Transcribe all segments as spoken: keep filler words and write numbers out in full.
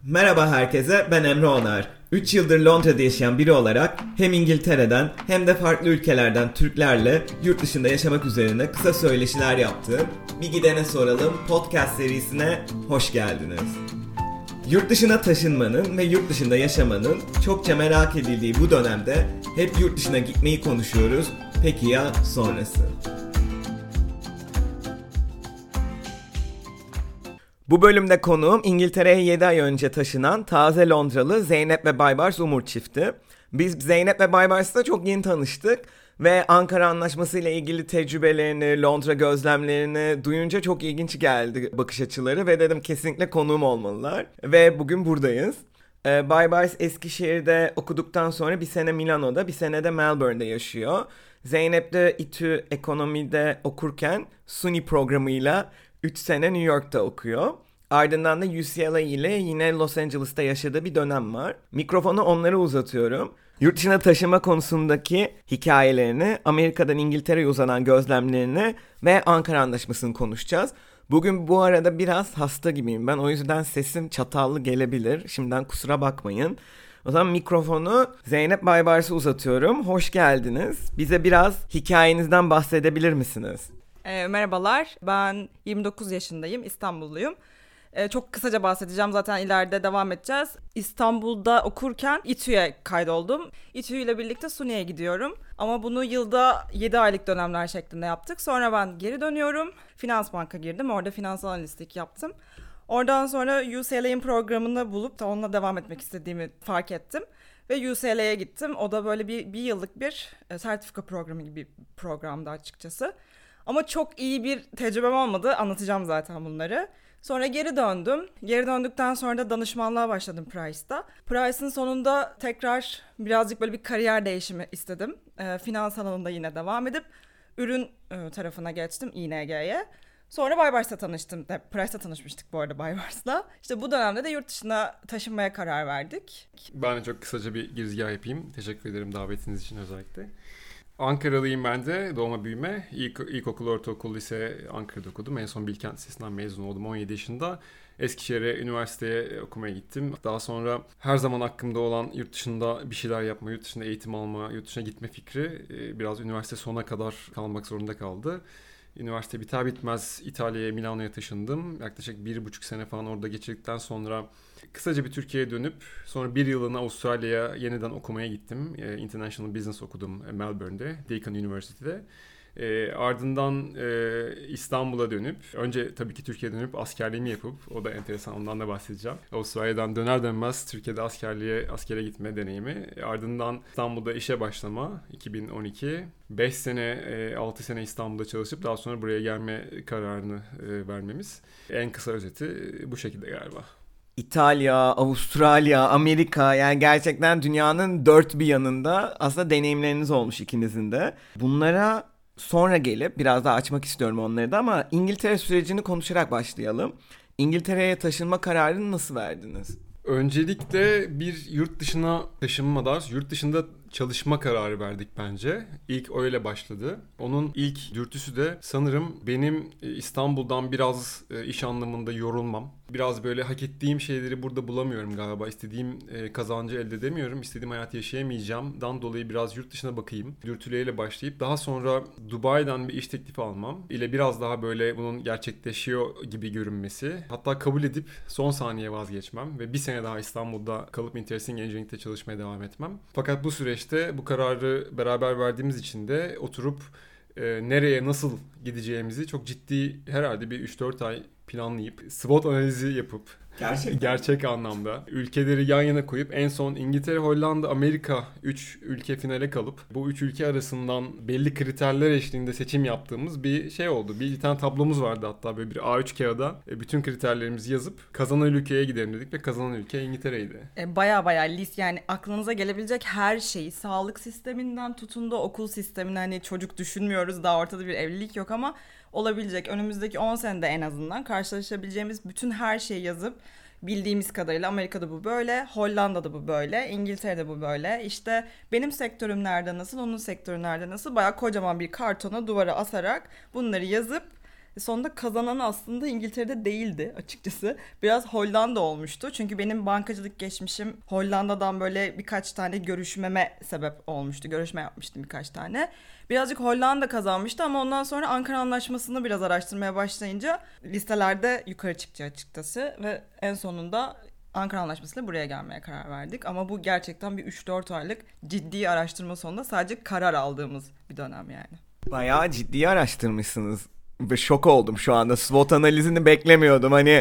Merhaba herkese, ben Emre Onar. üç yıldır Londra'da yaşayan biri olarak hem İngiltere'den hem de farklı ülkelerden Türklerle yurt dışında yaşamak üzerine kısa söyleşiler yaptığım Bir Gidene Soralım podcast serisine hoş geldiniz. Yurt dışına taşınmanın ve yurt dışında yaşamanın çokça merak edildiği bu dönemde hep yurt dışına gitmeyi konuşuyoruz. Peki ya sonrası? Bu bölümde konuğum İngiltere'ye yedi ay önce taşınan taze Londralı Zeynep ve Baybars Umur çifti. Biz Zeynep ve Baybars'la çok yeni tanıştık ve Ankara Anlaşması ile ilgili tecrübelerini, Londra gözlemlerini duyunca çok ilginç geldi bakış açıları ve dedim kesinlikle konuğum olmalılar. Ve bugün buradayız. Ee, Baybars Eskişehir'de okuduktan sonra bir sene Milano'da, bir sene de Melbourne'de yaşıyor. Zeynep de İTÜ Ekonomi'de okurken SUNY programıyla üç sene New York'ta okuyor. Ardından da U C L A ile yine Los Angeles'ta yaşadığı bir dönem var. Mikrofonu onlara uzatıyorum. Yurt dışına taşıma konusundaki hikayelerini, Amerika'dan İngiltere'ye uzanan gözlemlerini ve Ankara Anlaşması'nı konuşacağız. Bugün bu arada biraz hasta gibiyim ben. O yüzden sesim çatallı gelebilir. Şimdiden kusura bakmayın. O zaman mikrofonu Zeynep Baybars'a uzatıyorum. Hoş geldiniz. Bize biraz hikayenizden bahsedebilir misiniz? E, merhabalar, ben yirmi dokuz yaşındayım, İstanbulluyum. E, çok kısaca bahsedeceğim, zaten ileride devam edeceğiz. İstanbul'da okurken İTÜ'ye kaydoldum. İTÜ ile birlikte SUNY'ye gidiyorum. Ama bunu yılda yedi aylık dönemler şeklinde yaptık. Sonra ben geri dönüyorum. Finans Bank'a girdim, orada finansal analistlik yaptım. Oradan sonra U C L A'nin programını bulup da onunla devam etmek istediğimi fark ettim. Ve U C L A'ya gittim. O da böyle bir, bir yıllık bir e, sertifika programı gibi bir programdı açıkçası. Ama çok iyi bir tecrübem olmadı. Anlatacağım zaten bunları. Sonra geri döndüm. Geri döndükten sonra da danışmanlığa başladım Price'da. Price'ın sonunda tekrar birazcık böyle bir kariyer değişimi istedim. E, finans alanında yine devam edip ürün e, tarafına geçtim İ N G'ye. Sonra Baybars'la tanıştım. Price'da tanışmıştık bu arada Baybars'la. İşte bu dönemde de yurt dışına taşınmaya karar verdik. Ben de çok kısaca bir girizgah yapayım. Teşekkür ederim davetiniz için özellikle. Ankaralıyım ben de, doğma büyüme. İlk, ilkokul, ortaokul, lise Ankara'da okudum. En son Bilkent Lisesi'nden mezun oldum on yedi yaşında. Eskişehir'e, üniversiteye okumaya gittim. Daha sonra her zaman aklımda olan yurt dışında bir şeyler yapma, yurt dışında eğitim alma, yurt dışına gitme fikri biraz üniversite sonuna kadar kalmak zorunda kaldı. Üniversite biter bitmez İtalya'ya, Milano'ya taşındım. Yaklaşık bir buçuk sene falan orada geçirdikten sonra kısaca bir Türkiye'ye dönüp sonra bir yılını Avustralya'ya yeniden okumaya gittim. International Business okudum Melbourne'de, Deakin University'de. E, ardından e, İstanbul'a dönüp, önce tabii ki Türkiye'ye dönüp askerliğimi yapıp, o da enteresan, ondan da bahsedeceğim. Avustralya'dan döner dönmez Türkiye'de askerliğe, askere gitme deneyimi. E, ardından İstanbul'da işe başlama iki bin on iki. beş sene, e, altı sene İstanbul'da çalışıp daha sonra buraya gelme kararını e, vermemiz. En kısa özeti e, bu şekilde galiba. İtalya, Avustralya, Amerika, yani gerçekten dünyanın dört bir yanında aslında deneyimleriniz olmuş ikinizin de. Bunlara sonra gelip biraz daha açmak istiyorum onları da ama İngiltere sürecini konuşarak başlayalım. İngiltere'ye taşınma kararını nasıl verdiniz? Öncelikle bir yurt dışına taşınma da, yurt dışında çalışma kararı verdik bence. İlk öyle başladı. Onun ilk dürtüsü de sanırım benim İstanbul'dan biraz iş anlamında yorulmam. Biraz böyle hak ettiğim şeyleri burada bulamıyorum galiba. İstediğim kazancı elde edemiyorum. İstediğim hayatı yaşayamayacağımdan dolayı biraz yurt dışına bakayım. Dürtüleriyle başlayıp daha sonra Dubai'den bir iş teklifi almam ile biraz daha böyle bunun gerçekleşiyor gibi görünmesi. Hatta kabul edip son saniye vazgeçmem ve bir sene daha İstanbul'da kalıp Interesting Engineering'de çalışmaya devam etmem. Fakat bu süreçte bu kararı beraber verdiğimiz için de oturup e, nereye nasıl gideceğimizi çok ciddi herhalde bir üç dört ay planlayıp SWOT analizi yapıp Gerçekten. gerçek anlamda ülkeleri yan yana koyup en son İngiltere, Hollanda, Amerika üç ülke finale kalıp bu üç ülke arasından belli kriterler eşliğinde seçim yaptığımız bir şey oldu. Bir tane tablomuz vardı hatta böyle bir A üç kağıda bütün kriterlerimizi yazıp kazanan ülkeye gidelim dedik ve kazanan ülke İngiltere'ydi. E, baya baya list, yani aklınıza gelebilecek her şeyi, sağlık sisteminden tutun da okul sistemine, hani çocuk düşünmüyoruz, daha ortada bir evlilik yok ama olabilecek önümüzdeki on senede en azından karşılaşabileceğimiz bütün her şeyi yazıp bildiğimiz kadarıyla Amerika'da bu böyle, Hollanda'da bu böyle, İngiltere'de bu böyle. İşte benim sektörüm nerede nasıl, onun sektörü nerede nasıl, bayağı kocaman bir kartona duvara asarak bunları yazıp Sonunda kazanan aslında İngiltere'de değildi açıkçası. Biraz Hollanda olmuştu. Çünkü benim bankacılık geçmişim Hollanda'dan böyle birkaç tane görüşmeme sebep olmuştu. Görüşme yapmıştım birkaç tane. Birazcık Hollanda kazanmıştı ama ondan sonra Ankara Anlaşması'nı biraz araştırmaya başlayınca listelerde yukarı çıktı açıkçası. Ve en sonunda Ankara Anlaşması'yla buraya gelmeye karar verdik. Ama bu gerçekten bir üç dört aylık ciddi araştırma sonunda sadece karar aldığımız bir dönem yani. Bayağı ciddi araştırmışsınız. Şok oldum şu anda. SWOT analizini beklemiyordum. Hani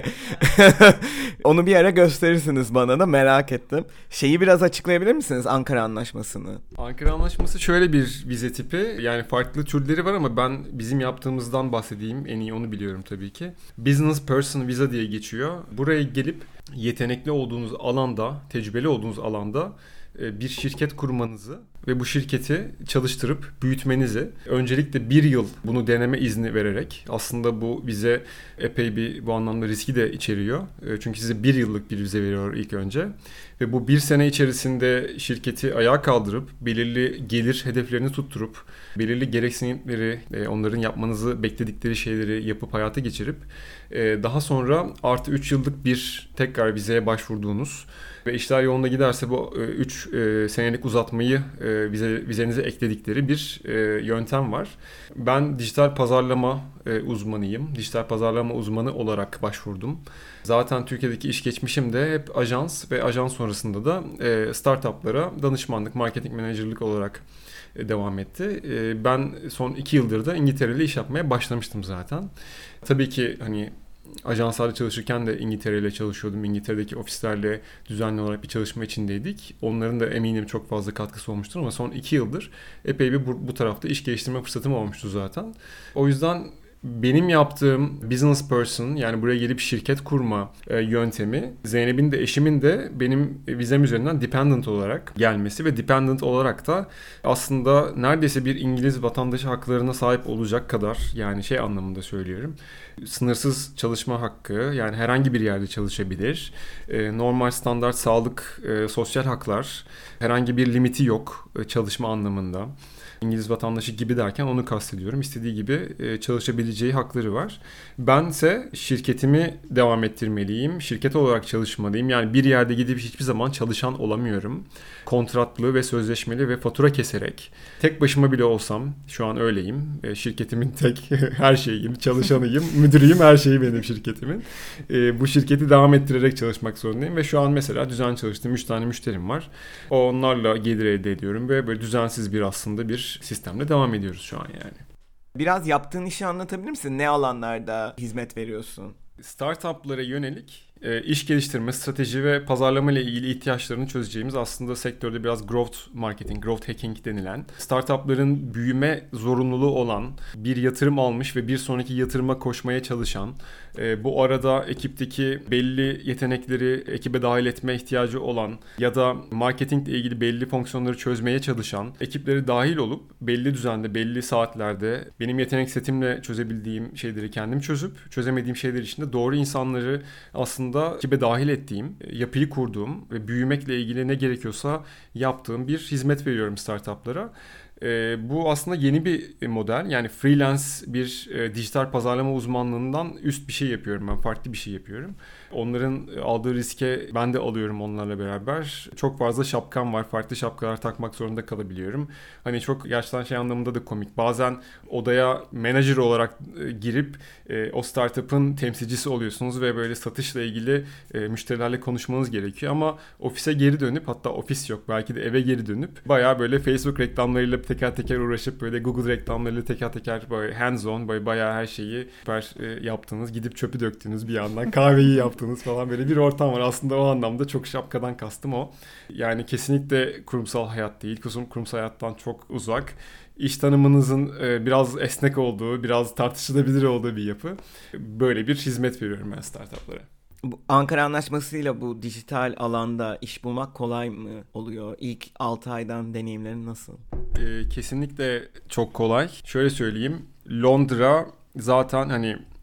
onu bir ara gösterirsiniz bana da, merak ettim. Şeyi biraz açıklayabilir misiniz, Ankara Anlaşması'nı? Ankara Anlaşması şöyle bir vize tipi. Yani farklı türleri var ama ben bizim yaptığımızdan bahsedeyim. En iyi onu biliyorum tabii ki. Business Person Visa diye geçiyor. Buraya gelip yetenekli olduğunuz alanda, tecrübeli olduğunuz alanda bir şirket kurmanızı ve bu şirketi çalıştırıp büyütmenizi, öncelikle bir yıl bunu deneme izni vererek, aslında bu bize epey bir bu anlamda riski de içeriyor. Çünkü size bir yıllık bir vize veriyor ilk önce. Ve bu bir sene içerisinde şirketi ayağa kaldırıp, belirli gelir hedeflerini tutturup, belirli gereksinimleri, onların yapmanızı bekledikleri şeyleri yapıp hayata geçirip, daha sonra artı üç yıllık bir tekrar vizeye başvurduğunuz ve işler yolunda giderse bu üç senelik uzatmayı vize, vizenize ekledikleri bir yöntem var. Ben dijital pazarlama uzmanıyım. Dijital pazarlama uzmanı olarak başvurdum. Zaten Türkiye'deki iş geçmişim de hep ajans ve ajans sonrasında da startuplara danışmanlık, marketing menajerlik olarak devam etti. Ben son iki yıldır da İngiltere'yle iş yapmaya başlamıştım zaten. Tabii ki hani ajanslarda çalışırken de İngiltere ile çalışıyordum. İngiltere'deki ofislerle düzenli olarak bir çalışma içindeydik. Onların da eminim çok fazla katkısı olmuştur ama son iki yıldır epey bir bu, bu tarafta iş geliştirme fırsatım olmuştu zaten. O yüzden benim yaptığım business person, yani buraya gelip şirket kurma e, yöntemi, Zeynep'in de eşimin de benim vizem üzerinden dependent olarak gelmesi ve dependent olarak da aslında neredeyse bir İngiliz vatandaşı haklarına sahip olacak kadar, yani şey anlamında söylüyorum, sınırsız çalışma hakkı, yani herhangi bir yerde çalışabilir, e, normal standart sağlık, e, sosyal haklar, herhangi bir limiti yok e, çalışma anlamında. İngiliz vatandaşı gibi derken onu kastediyorum. İstediği gibi çalışabileceği hakları var. Bense şirketimi devam ettirmeliyim. Şirket olarak çalışmalıyım. Yani bir yerde gidip hiçbir zaman çalışan olamıyorum. Kontratlı ve sözleşmeli ve fatura keserek. Tek başıma bile olsam, şu an öyleyim. Şirketimin tek her şeyiyim, çalışanıyım, müdürüyüm, her şeyi benim şirketimin. Bu şirketi devam ettirerek çalışmak zorundayım ve şu an mesela düzenli çalıştığım üç tane müşterim var. Onlarla gelir elde ediyorum ve böyle düzensiz bir aslında bir sistemle devam ediyoruz şu an yani. Biraz yaptığın işi anlatabilir misin? Ne alanlarda hizmet veriyorsun? Startup'lara yönelik e, iş geliştirme, strateji ve pazarlama ile ilgili ihtiyaçlarını çözeceğimiz, aslında sektörde biraz growth marketing, growth hacking denilen, startup'ların büyüme zorunluluğu olan, bir yatırım almış ve bir sonraki yatırıma koşmaya çalışan, e, bu arada ekipteki belli yetenekleri ekibe dahil etme ihtiyacı olan ya da marketingle ilgili belli fonksiyonları çözmeye çalışan ekipleri dahil olup belli düzende, belli saatlerde benim yetenek setimle çözebildiğim şeyleri kendim çözüp, çözemediğim şeyler için de doğru insanları aslında ekibe dahil ettiğim, yapıyı kurduğum ve büyümekle ilgili ne gerekiyorsa yaptığım bir hizmet veriyorum startuplara. E, bu aslında yeni bir model. Yani freelance bir e, dijital pazarlama uzmanlığından üst bir şey yapıyorum ben. Farklı bir şey yapıyorum. Onların aldığı riske ben de alıyorum onlarla beraber. Çok fazla şapkam var. Farklı şapkalar takmak zorunda kalabiliyorum. Hani çok gerçekten şey anlamında da komik. Bazen odaya manager olarak e, girip e, o startup'ın temsilcisi oluyorsunuz ve böyle satışla ilgili e, müşterilerle konuşmanız gerekiyor. Ama ofise geri dönüp, hatta ofis yok, belki de eve geri dönüp bayağı böyle Facebook reklamlarıyla teker teker uğraşıp, böyle Google reklamlarıyla teker teker böyle hands on, böyle bayağı her şeyi süper e, yaptınız. Gidip çöpü döktünüz bir yandan, kahveyi yaptınız falan, böyle bir ortam var. Aslında o anlamda çok şapkadan kastım o. Yani kesinlikle kurumsal hayat değil. Kurumsal hayattan çok uzak. İş tanımınızın e, biraz esnek olduğu, biraz tartışılabilir olduğu bir yapı. Böyle bir hizmet veriyorum ben startuplara. Bu Ankara Anlaşması'yla bu dijital alanda iş bulmak kolay mı oluyor? İlk altı aydan deneyimlerin nasıl? Ee, kesinlikle çok kolay. Şöyle söyleyeyim. Londra zaten hani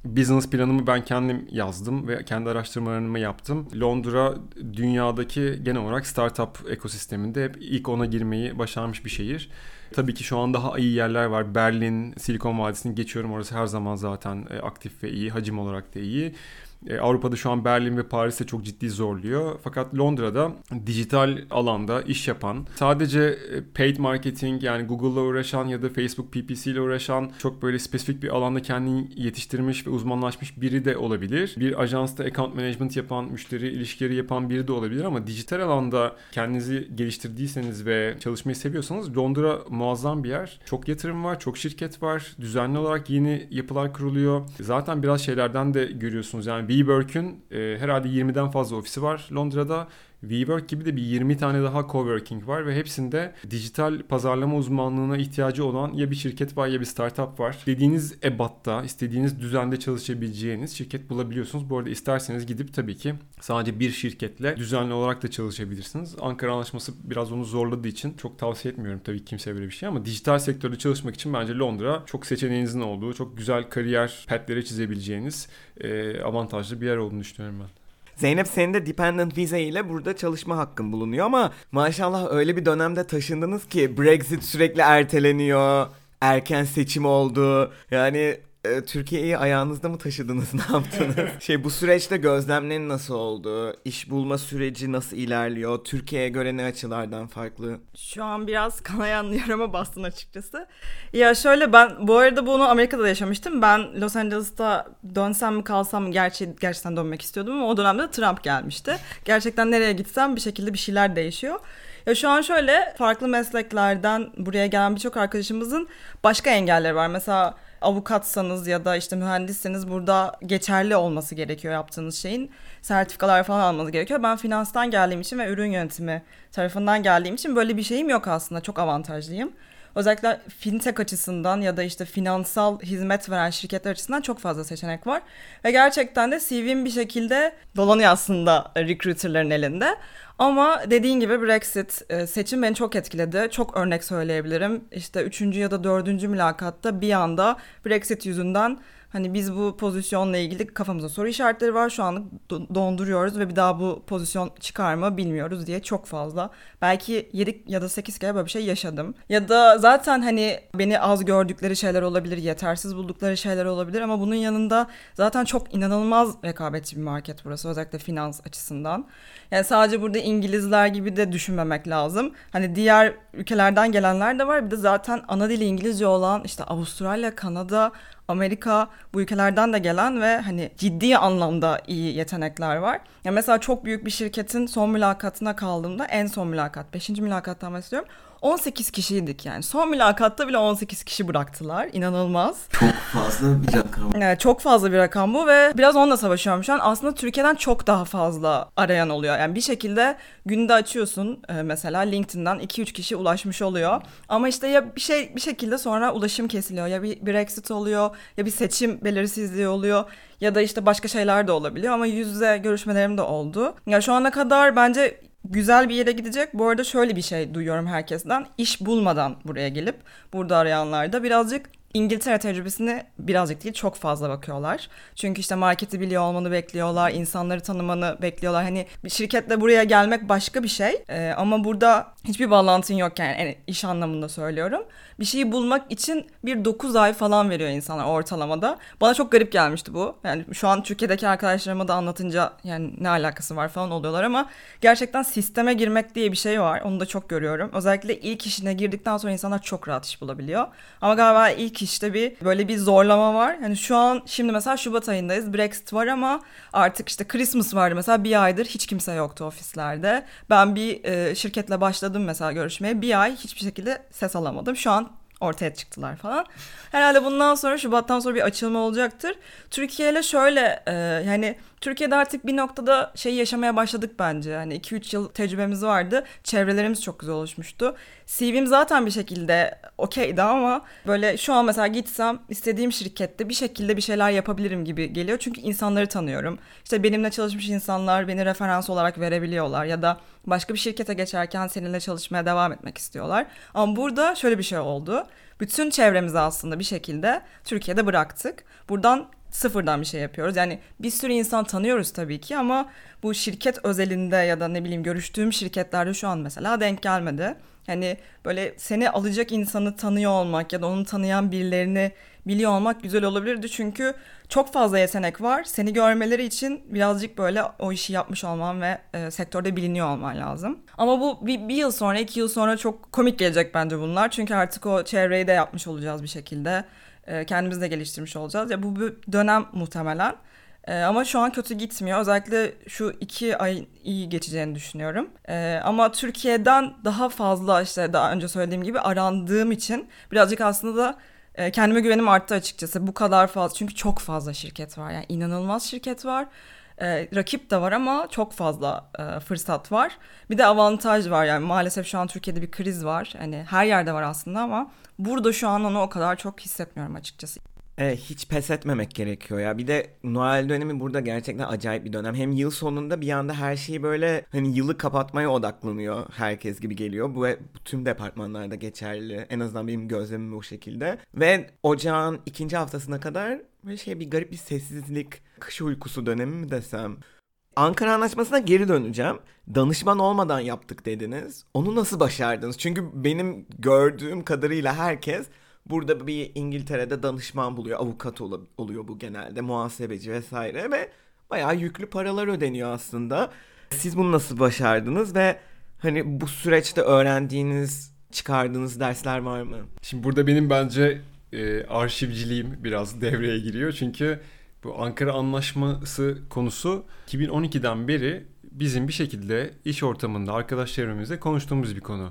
business planımı ben kendim yazdım ve kendi araştırmalarımı yaptım. Londra dünyadaki genel olarak startup ekosisteminde hep ilk ona girmeyi başarmış bir şehir. Tabii ki şu an daha iyi yerler var. Berlin, Silikon Vadisi'ni geçiyorum. Orası her zaman zaten aktif ve iyi. Hacim olarak da iyi. Avrupa'da şu an Berlin ve Paris'te çok ciddi zorluyor. Fakat Londra'da dijital alanda iş yapan, sadece paid marketing yani Google'la uğraşan ya da Facebook P P C ile uğraşan çok böyle spesifik bir alanda kendini yetiştirmiş ve uzmanlaşmış biri de olabilir. Bir ajansta account management yapan, müşteri ilişkileri yapan biri de olabilir ama dijital alanda kendinizi geliştirdiyseniz ve çalışmayı seviyorsanız Londra muazzam bir yer. Çok yatırım var, çok şirket var. Düzenli olarak yeni yapılar kuruluyor. Zaten biraz şeylerden de görüyorsunuz. Yani WeWork'ün e, herhalde yirmiden fazla ofisi var Londra'da. WeWork gibi de bir yirmi tane daha coworking var ve hepsinde dijital pazarlama uzmanlığına ihtiyacı olan ya bir şirket var ya bir startup var. Dediğiniz ebatta, istediğiniz düzende çalışabileceğiniz şirket bulabiliyorsunuz. Bu arada isterseniz gidip tabii ki sadece bir şirketle düzenli olarak da çalışabilirsiniz. Ankara Anlaşması biraz onu zorladığı için çok tavsiye etmiyorum tabii kimseye böyle bir şey ama dijital sektörde çalışmak için bence Londra çok seçeneğinizin olduğu, çok güzel kariyer path'leri çizebileceğiniz e, avantajlı bir yer olduğunu düşünüyorum ben. Zeynep, senin de dependent vize ile burada çalışma hakkın bulunuyor ama maşallah öyle bir dönemde taşındınız ki Brexit sürekli erteleniyor, erken seçim oldu. Yani e, Türkiye'yi ayağınızda mı taşıdınız, ne yaptınız? şey bu süreçte gözlemlerin nasıl oldu? İş bulma süreci nasıl ilerliyor? Türkiye'ye göre ne açılardan farklı? Şu an biraz kanayan yarama bastın açıkçası. Ya şöyle, ben bu arada bunu Amerika'da da yaşamıştım. Ben Los Angeles'ta dönsem mi kalsam mı gerçi, gerçekten dönmek istiyordum ama o dönemde Trump gelmişti. Gerçekten nereye gitsem bir şekilde bir şeyler değişiyor. Ya şu an şöyle, farklı mesleklerden buraya gelen birçok arkadaşımızın başka engelleri var. Mesela avukatsanız ya da işte mühendisseniz burada geçerli olması gerekiyor yaptığınız şeyin. Sertifikalar falan almanız gerekiyor. Ben finanstan geldiğim için ve ürün yönetimi tarafından geldiğim için böyle bir şeyim yok aslında. Çok avantajlıyım. Özellikle fintech açısından ya da işte finansal hizmet veren şirketler açısından çok fazla seçenek var. Ve gerçekten de C V'm bir şekilde dolanıyor aslında recruiterların elinde. Ama dediğin gibi Brexit seçim beni çok etkiledi. Çok örnek söyleyebilirim. İşte üçüncü ya da dördüncü mülakatta bir anda Brexit yüzünden hani biz bu pozisyonla ilgili kafamızda soru işaretleri var. Şu anlık donduruyoruz ve bir daha bu pozisyon çıkar mı bilmiyoruz diye çok fazla. Belki yedi ya da sekiz kere böyle bir şey yaşadım. Ya da zaten hani beni az gördükleri şeyler olabilir, yetersiz buldukları şeyler olabilir ama bunun yanında zaten çok inanılmaz rekabetçi bir market burası, özellikle finans açısından. Yani sadece burada İngilizler gibi de düşünmemek lazım. Hani diğer ülkelerden gelenler de var. Bir de zaten ana dili İngilizce olan işte Avustralya, Kanada, Amerika, bu ülkelerden de gelen ve hani ciddi anlamda iyi yetenekler var. Ya mesela çok büyük bir şirketin son mülakatına kaldığımda, en son mülakat, beşinci mülakattan bahsediyorum. on sekiz kişiydik yani. Son mülakatta bile on sekiz kişi bıraktılar. İnanılmaz. Çok fazla bir rakam. Evet, çok fazla bir rakam bu ve biraz onunla savaşıyorum şu an. Aslında Türkiye'den çok daha fazla arayan oluyor. Yani bir şekilde günde açıyorsun mesela LinkedIn'den iki üç kişi ulaşmış oluyor. Ama işte ya bir şey bir şekilde sonra ulaşım kesiliyor. Ya bir Brexit oluyor, ya bir seçim belirsizliği oluyor. Ya da işte başka şeyler de olabiliyor ama yüz yüze görüşmelerim de oldu. Ya şu ana kadar bence güzel bir yere gidecek. Bu arada şöyle bir şey duyuyorum herkesten. İş bulmadan buraya gelip burada arayanlar da birazcık İngiltere tecrübesini birazcık değil çok fazla bakıyorlar. Çünkü işte marketi biliyor olmanı bekliyorlar, insanları tanımanı bekliyorlar. Hani bir şirketle buraya gelmek başka bir şey ee, ama burada hiçbir bağlantın yok yani, yani iş anlamında söylüyorum. Bir şeyi bulmak için bir dokuz ay falan veriyor insanlar ortalamada. Bana çok garip gelmişti bu. Yani şu an Türkiye'deki arkadaşlarıma da anlatınca yani ne alakası var falan oluyorlar ama gerçekten sisteme girmek diye bir şey var. Onu da çok görüyorum. Özellikle ilk işine girdikten sonra insanlar çok rahat iş bulabiliyor. Ama galiba ilk işte bir böyle bir zorlama var. Yani şu an şimdi mesela Şubat ayındayız. Brexit var ama artık işte Christmas vardı mesela, bir aydır hiç kimse yoktu ofislerde. Ben bir e, şirketle başladım mesela görüşmeye. Bir ay hiçbir şekilde ses alamadım. Şu an ortaya çıktılar falan. Herhalde bundan sonra Şubat'tan sonra bir açılma olacaktır. Türkiye ile şöyle e, yani Türkiye'de artık bir noktada şey yaşamaya başladık bence. Yani iki üç yıl tecrübemiz vardı. Çevrelerimiz çok güzel oluşmuştu. C V'm zaten bir şekilde okeydi ama böyle şu an mesela gitsem istediğim şirkette bir şekilde bir şeyler yapabilirim gibi geliyor. Çünkü insanları tanıyorum. İşte benimle çalışmış insanlar beni referans olarak verebiliyorlar ya da başka bir şirkete geçerken seninle çalışmaya devam etmek istiyorlar. Ama burada şöyle bir şey oldu. Bütün çevremizi aslında bir şekilde Türkiye'de bıraktık. Buradan sıfırdan bir şey yapıyoruz. Yani bir sürü insan tanıyoruz tabii ki ama bu şirket özelinde ya da ne bileyim görüştüğüm şirketlerde şu an mesela denk gelmedi. Hani böyle seni alacak insanı tanıyor olmak ya da onu tanıyan birilerini biliyor olmak güzel olabilirdi. Çünkü çok fazla yetenek var. Seni görmeleri için birazcık böyle o işi yapmış olman ve e, sektörde biliniyor olman lazım. Ama bu bir, bir yıl sonra, iki yıl sonra çok komik gelecek bence bunlar. Çünkü artık o çevreyi de yapmış olacağız bir şekilde. E, kendimizi de geliştirmiş olacağız. Ya bu bir dönem muhtemelen. Ee, ama şu an kötü gitmiyor. Özellikle şu iki ay iyi geçeceğini düşünüyorum. Ee, ama Türkiye'den daha fazla işte daha önce söylediğim gibi arandığım için birazcık aslında da e, kendime güvenim arttı açıkçası. Bu kadar fazla çünkü çok fazla şirket var. Yani inanılmaz şirket var. Ee, rakip de var ama çok fazla e, fırsat var. Bir de avantaj var yani maalesef şu an Türkiye'de bir kriz var. Hani her yerde var aslında ama burada şu an onu o kadar çok hissetmiyorum açıkçası. E, hiç pes etmemek gerekiyor ya. Bir de Noel dönemi burada gerçekten acayip bir dönem. Hem yıl sonunda bir anda her şeyi böyle hani yılı kapatmaya odaklanıyor herkes gibi geliyor. Bu, bu tüm departmanlarda geçerli. En azından benim gözlemim bu şekilde. Ve ocağın ikinci haftasına kadar böyle şey bir garip bir sessizlik, kış uykusu dönemi mi desem. Ankara Anlaşması'na geri döneceğim. Danışman olmadan yaptık dediniz. Onu nasıl başardınız? Çünkü benim gördüğüm kadarıyla herkes burada bir İngiltere'de danışman buluyor, avukat ol- oluyor bu genelde, muhasebeci vesaire ve bayağı yüklü paralar ödeniyor aslında. Siz bunu nasıl başardınız ve hani bu süreçte öğrendiğiniz, çıkardığınız dersler var mı? Şimdi burada benim bence e, arşivciliğim biraz devreye giriyor. Çünkü bu Ankara Anlaşması konusu iki bin on ikiden beri bizim bir şekilde iş ortamında, arkadaş çevremizde konuştuğumuz bir konu.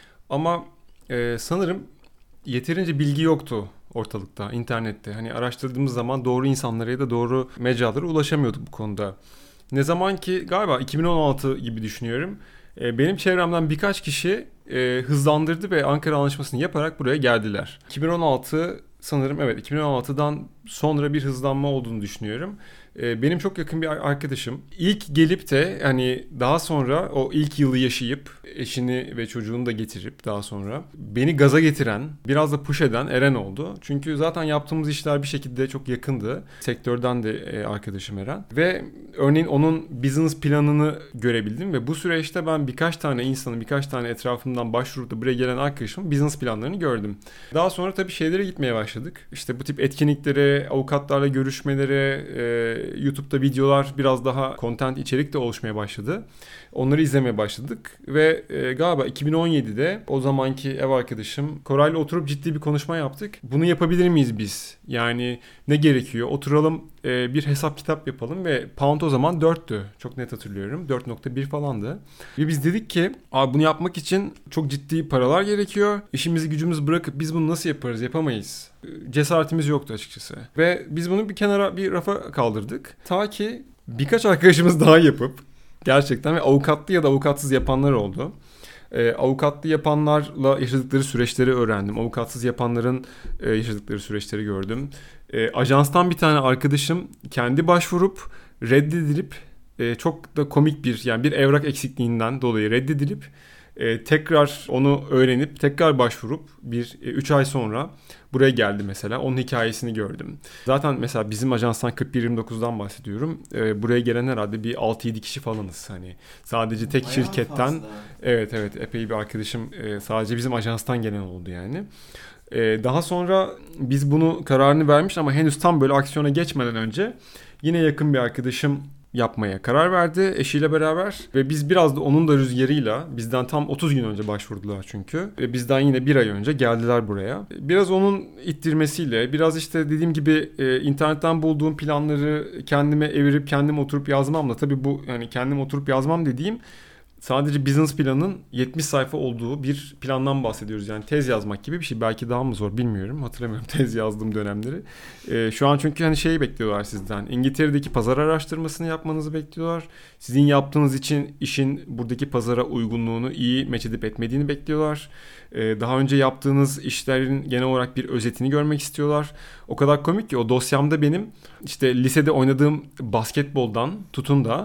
Ama e, sanırım yeterince bilgi yoktu ortalıkta, internette. Hani araştırdığımız zaman doğru insanlara ya da doğru mecralara ulaşamıyorduk bu konuda. Ne zaman ki galiba iki bin on altı gibi düşünüyorum. Benim çevremden birkaç kişi hızlandırdı ve Ankara Anlaşması'nı yaparak buraya geldiler. iki bin on altı sanırım evet iki bin on altıdan sonra bir hızlanma olduğunu düşünüyorum. Benim çok yakın bir arkadaşım ilk gelip de hani daha sonra o ilk yılı yaşayıp eşini ve çocuğunu da getirip daha sonra beni gaza getiren, biraz da push eden Eren oldu. Çünkü zaten yaptığımız işler bir şekilde çok yakındı. Sektörden de arkadaşım Eren. Ve örneğin onun business planını görebildim ve bu süreçte ben birkaç tane insanın, birkaç tane etrafımdan başvurup da buraya gelen arkadaşımın business planlarını gördüm. Daha sonra tabii şeylere gitmeye başladık. İşte bu tip etkinliklere, avukatlarla görüşmelere, e, YouTube'da videolar, biraz daha content, içerik de oluşmaya başladı. Onları izlemeye başladık ve e, galiba iki bin on yedide o zamanki ev arkadaşım Koray'la oturup ciddi bir konuşma yaptık. Bunu yapabilir miyiz biz? Yani ne gerekiyor? Oturalım e, bir hesap kitap yapalım ve pound o zaman dörttü. Çok net hatırlıyorum. dört nokta bir falandı. Ve biz dedik ki abi bunu yapmak için çok ciddi paralar gerekiyor. İşimizi gücümüzü bırakıp biz bunu nasıl yaparız? Yapamayız. Cesaretimiz yoktu açıkçası. Ve biz bunu bir kenara, bir rafa kaldırdık. Ta ki birkaç arkadaşımız daha yapıp gerçekten ve avukatlı ya da avukatsız yapanlar oldu. E, avukatlı yapanlarla yaşadıkları süreçleri öğrendim. Avukatsız yapanların e, yaşadıkları süreçleri gördüm. E, ajanstan bir tane arkadaşım kendi başvurup reddedilip e, çok da komik bir yani bir evrak eksikliğinden dolayı reddedilip e, tekrar onu öğrenip tekrar başvurup bir üç ay sonra buraya geldi mesela. Onun hikayesini gördüm. Zaten mesela bizim ajanstan kırk bir yirmi dokuzdan bahsediyorum. E, buraya gelen herhalde bir altı yedi kişi falanız. Hani sadece tek bayağı şirketten fazla. Evet evet epey bir arkadaşım e, sadece bizim ajanstan gelen oldu yani. E, daha sonra biz bunu kararını vermiş ama henüz tam böyle aksiyona geçmeden önce yine yakın bir arkadaşım yapmaya karar verdi eşiyle beraber ve biz biraz da onun da rüzgarıyla bizden tam otuz gün önce başvurdular çünkü ve bizden yine bir ay önce geldiler buraya. Biraz onun ittirmesiyle biraz işte dediğim gibi e, internetten bulduğum planları kendime evirip kendim oturup yazmamla tabii bu yani kendim oturup yazmam dediğim sadece business planın yetmiş sayfa olduğu bir plandan bahsediyoruz. Yani tez yazmak gibi bir şey. Belki daha mı zor bilmiyorum. Hatırlamıyorum tez yazdığım dönemleri. Ee, şu an çünkü hani şeyi bekliyorlar sizden. İngiltere'deki pazar araştırmasını yapmanızı bekliyorlar. Sizin yaptığınız için işin buradaki pazara uygunluğunu iyi meç edip etmediğini bekliyorlar. Ee, daha önce yaptığınız işlerin genel olarak bir özetini görmek istiyorlar. O kadar komik ki o dosyamda benim işte lisede oynadığım basketboldan tutun da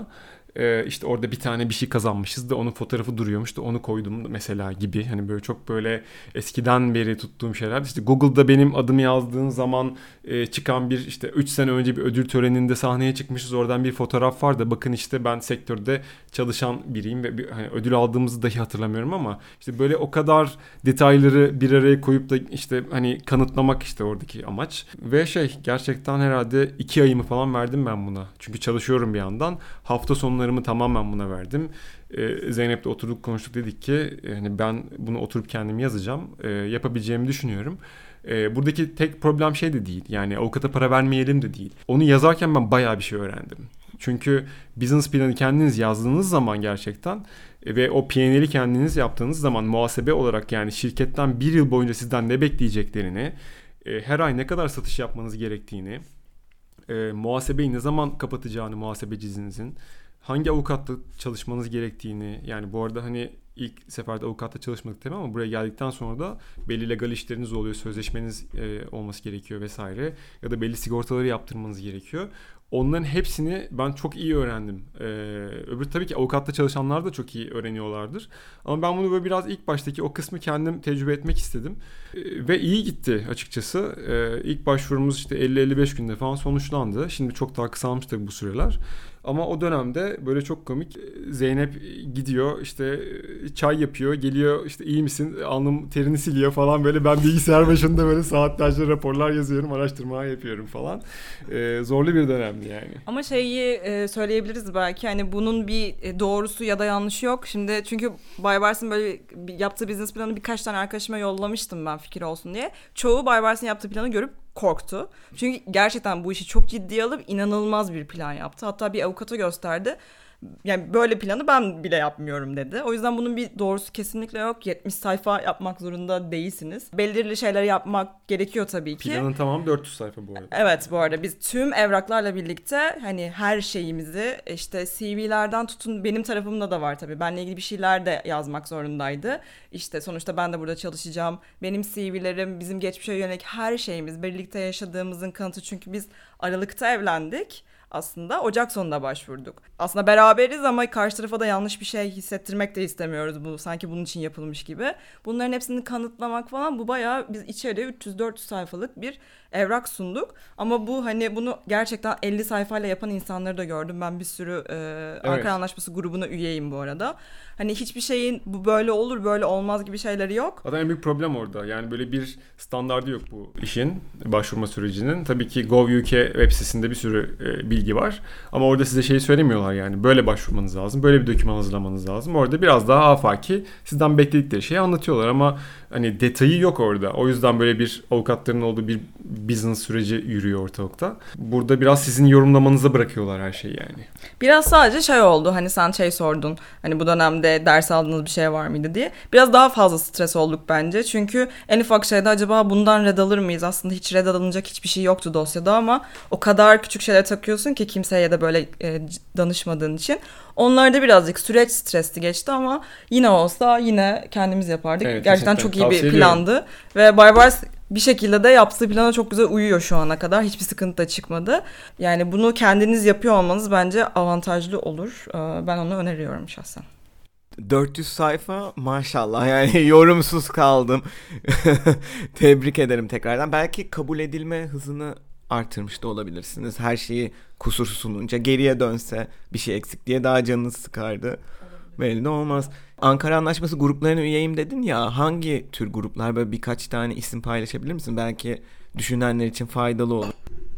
Ee, işte orada bir tane bir şey kazanmışız da onun fotoğrafı duruyormuş da onu koydum mesela gibi. Hani böyle çok böyle eskiden beri tuttuğum şeyler. İşte Google'da benim adımı yazdığın zaman e, çıkan bir işte üç sene önce bir ödül töreninde sahneye çıkmışız. Oradan bir fotoğraf var da bakın işte ben sektörde çalışan biriyim ve bir, hani ödül aldığımızı dahi hatırlamıyorum ama işte böyle o kadar detayları bir araya koyup da işte hani kanıtlamak işte oradaki amaç. Ve şey gerçekten herhalde iki ayımı falan verdim ben buna. Çünkü çalışıyorum bir yandan. Hafta sonlarımı tamamen buna verdim. Ee, Zeynep'le oturduk konuştuk, dedik ki yani ben bunu oturup kendim yazacağım. Ee, yapabileceğimi düşünüyorum. Ee, buradaki tek problem şey de değil. Yani avukata para vermeyelim de değil. Onu yazarken ben bayağı bir şey öğrendim. Çünkü business planı kendiniz yazdığınız zaman gerçekten ve o P and L'i kendiniz yaptığınız zaman muhasebe olarak yani şirketten bir yıl boyunca sizden ne bekleyeceklerini, her ay ne kadar satış yapmanız gerektiğini, muhasebeyi ne zaman kapatacağını muhasebecisinizin, hangi avukatla çalışmanız gerektiğini, yani bu arada hani ilk seferde avukatla çalışmadık tabii ama buraya geldikten sonra da belli legal işleriniz oluyor, sözleşmeniz e, olması gerekiyor vesaire ya da belli sigortaları yaptırmanız gerekiyor. Onların hepsini ben çok iyi öğrendim. Ee, öbür tabii ki avukatta çalışanlar da çok iyi öğreniyorlardır. Ama ben bunu böyle biraz ilk baştaki o kısmı kendim tecrübe etmek istedim. Ee, ve iyi gitti açıkçası. Ee, ilk başvurumuz işte elli elli beş günde falan sonuçlandı. Şimdi çok daha kısalmış tabii bu süreler. Ama o dönemde böyle çok komik. Zeynep gidiyor işte çay yapıyor, geliyor işte iyi misin, alnım terini siliyor falan, böyle ben bilgisayar başında böyle saatlerce raporlar yazıyorum, araştırma yapıyorum falan. Ee, zorlu bir dönemdi yani. Ama şeyi e, söyleyebiliriz belki, hani bunun bir e, doğrusu ya da yanlışı yok. Şimdi çünkü Baybars'ın böyle bir, yaptığı business planı birkaç tane arkadaşıma yollamıştım ben fikir olsun diye. Çoğu Baybars'ın yaptığı planı görüp korktu. Çünkü gerçekten bu işi çok ciddiye alıp inanılmaz bir plan yaptı. Hatta bir avukata gösterdi. Yani böyle planı ben bile yapmıyorum dedi. O yüzden bunun bir doğrusu kesinlikle yok. yetmiş sayfa yapmak zorunda değilsiniz. Belirli şeyler yapmak gerekiyor tabii ki. Planın tamamı dört yüz sayfa bu arada. Evet, bu arada biz tüm evraklarla birlikte hani her şeyimizi, işte C V'lerden tutun, benim tarafımda da var tabii. Benle ilgili bir şeyler de yazmak zorundaydı. İşte sonuçta ben de burada çalışacağım. Benim C V'lerim, bizim geçmişe yönelik her şeyimiz, birlikte yaşadığımızın kanıtı. Çünkü biz Aralık'ta evlendik. Aslında Ocak sonunda başvurduk. Aslında beraberiz ama karşı tarafa da yanlış bir şey hissettirmek de istemiyoruz. Bu sanki bunun için yapılmış gibi. Bunların hepsini kanıtlamak falan, bu bayağı biz içeriye üç yüz dört yüz sayfalık bir evrak sunduk. Ama bu hani bunu gerçekten elli sayfayla yapan insanları da gördüm. Ben bir sürü e, evet. Ankara Anlaşması grubuna üyeyim bu arada. Hani hiçbir şeyin bu böyle olur böyle olmaz gibi şeyleri yok. Zaten en büyük problem orada. Yani böyle bir standardı yok bu işin, başvurma sürecinin. Tabii ki Gov.uk web sitesinde bir sürü e, bilgi var. Ama orada size şeyi söylemiyorlar yani. Böyle başvurmanız lazım. Böyle bir doküman hazırlamanız lazım. Orada biraz daha afaki sizden bekledikleri şeyi anlatıyorlar ama hani detayı yok orada. O yüzden böyle bir avukatların olduğu bir business süreci yürüyor ortalıkta. Burada biraz sizin yorumlamanıza bırakıyorlar her şeyi yani. Biraz sadece şey oldu, hani sen şey sordun, hani bu dönemde ders aldığınız bir şey var mıydı diye. Biraz daha fazla stres olduk bence. Çünkü en ufak şeyde acaba bundan red alır mıyız? Aslında hiç red alınacak hiçbir şey yoktu dosyada ama o kadar küçük şeyler takıyorsun ki kimseye de böyle e, danışmadığın için. Onlarda birazcık süreç stresli geçti ama yine olsa yine kendimiz yapardık. Evet, gerçekten çok iyi tavsiye bir plandı. ediyorum. Ve Baybars bir şekilde de yaptığı plana çok güzel uyuyor şu ana kadar. Hiçbir sıkıntı da çıkmadı. Yani bunu kendiniz yapıyor olmanız bence avantajlı olur. Ben onu öneriyorum şahsen. dört yüz sayfa maşallah, yani yorumsuz kaldım. Tebrik ederim tekrardan. Belki kabul edilme hızını artırmış da olabilirsiniz. Her şeyi kusursuz sununca geriye dönse bir şey eksik diye daha canınız sıkardı. Belli de olmaz. Ankara Anlaşması gruplarına üyeyim dedin ya, hangi tür gruplar, böyle birkaç tane isim paylaşabilir misin? Belki düşünenler için faydalı olur.